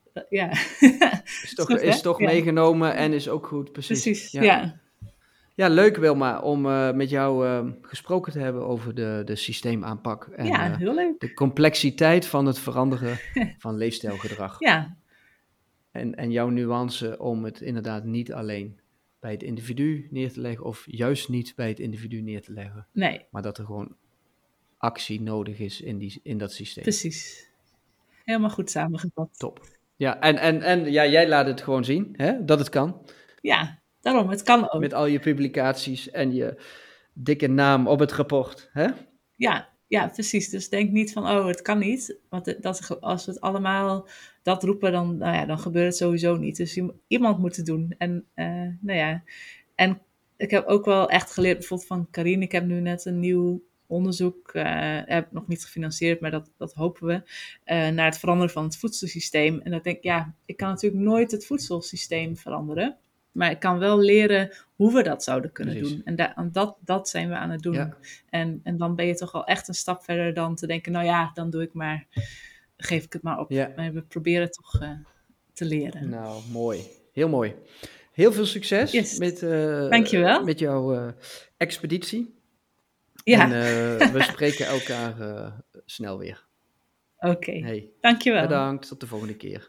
Speaker 1: is toch meegenomen en is ook goed. Precies,
Speaker 2: ja.
Speaker 1: Ja, leuk Wilma, om met jou gesproken te hebben over de systeemaanpak. En,
Speaker 2: heel leuk.
Speaker 1: de complexiteit van het veranderen van leefstijlgedrag.
Speaker 2: Ja,
Speaker 1: En jouw nuance om het inderdaad niet alleen bij het individu neer te leggen, of juist niet bij het individu neer te leggen,
Speaker 2: Nee,
Speaker 1: maar dat er gewoon actie nodig is in dat systeem.
Speaker 2: precies. Helemaal goed samengevat.
Speaker 1: Top. Ja, en ja, jij laat het gewoon zien, hè, dat het kan.
Speaker 2: Ja, daarom, het kan ook.
Speaker 1: Met al je publicaties en je dikke naam op het rapport, hè?
Speaker 2: Ja, precies. Dus denk niet van, oh, het kan niet. Want als we het allemaal dat roepen, dan gebeurt het sowieso niet. Dus iemand moet het doen. En en ik heb ook wel echt geleerd, bijvoorbeeld van Karine. Ik heb nu net een nieuw onderzoek, heb nog niet gefinancierd, maar dat hopen we, naar het veranderen van het voedselsysteem. En dan denk ik, ik kan natuurlijk nooit het voedselsysteem veranderen. Maar ik kan wel leren hoe we dat zouden kunnen
Speaker 1: Precies.
Speaker 2: doen. En dat zijn we aan het doen.
Speaker 1: Ja.
Speaker 2: En dan ben je toch al echt een stap verder dan te denken, dan doe ik maar, geef ik het maar op.
Speaker 1: Ja.
Speaker 2: Maar we proberen toch te leren.
Speaker 1: Nou, mooi. Heel mooi. Heel veel succes
Speaker 2: Yes.
Speaker 1: Dankjewel. Met jouw expeditie.
Speaker 2: Ja.
Speaker 1: En we spreken elkaar snel weer.
Speaker 2: Oké.
Speaker 1: Hey,
Speaker 2: dankjewel.
Speaker 1: Bedankt, tot de volgende keer.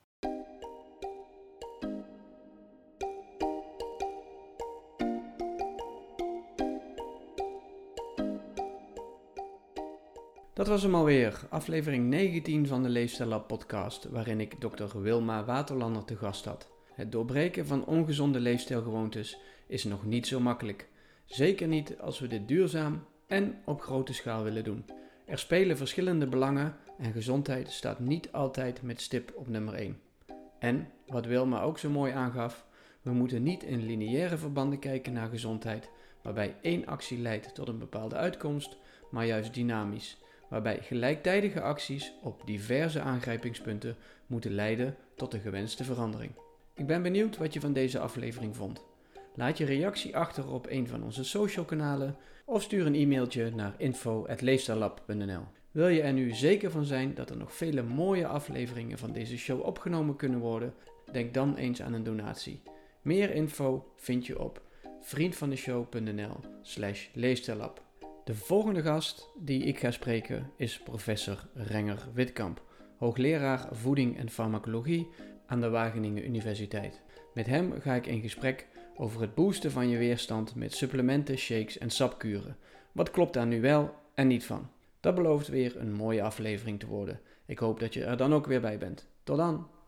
Speaker 1: Dat was hem alweer, aflevering 19 van de Leefstijl Lab podcast, waarin ik Dr. Wilma Waterlander te gast had. Het doorbreken van ongezonde leefstijlgewoontes is nog niet zo makkelijk. Zeker niet als we dit duurzaam en op grote schaal willen doen. Er spelen verschillende belangen en gezondheid staat niet altijd met stip op nummer 1. En, wat Wilma ook zo mooi aangaf, we moeten niet in lineaire verbanden kijken naar gezondheid, waarbij één actie leidt tot een bepaalde uitkomst, maar juist dynamisch, waarbij gelijktijdige acties op diverse aangrijpingspunten moeten leiden tot de gewenste verandering. Ik ben benieuwd wat je van deze aflevering vond. Laat je reactie achter op een van onze social kanalen of stuur een e-mailtje naar info@leefstijllab.nl. Wil je er nu zeker van zijn dat er nog vele mooie afleveringen van deze show opgenomen kunnen worden? Denk dan eens aan een donatie. Meer info vind je op vriendvandeshow.nl/leefstijllab. De volgende gast die ik ga spreken is professor Renger Witkamp, hoogleraar voeding en farmacologie aan de Wageningen Universiteit. Met hem ga ik in gesprek over het boosten van je weerstand met supplementen, shakes en sapkuren. Wat klopt daar nu wel en niet van? Dat belooft weer een mooie aflevering te worden. Ik hoop dat je er dan ook weer bij bent. Tot dan!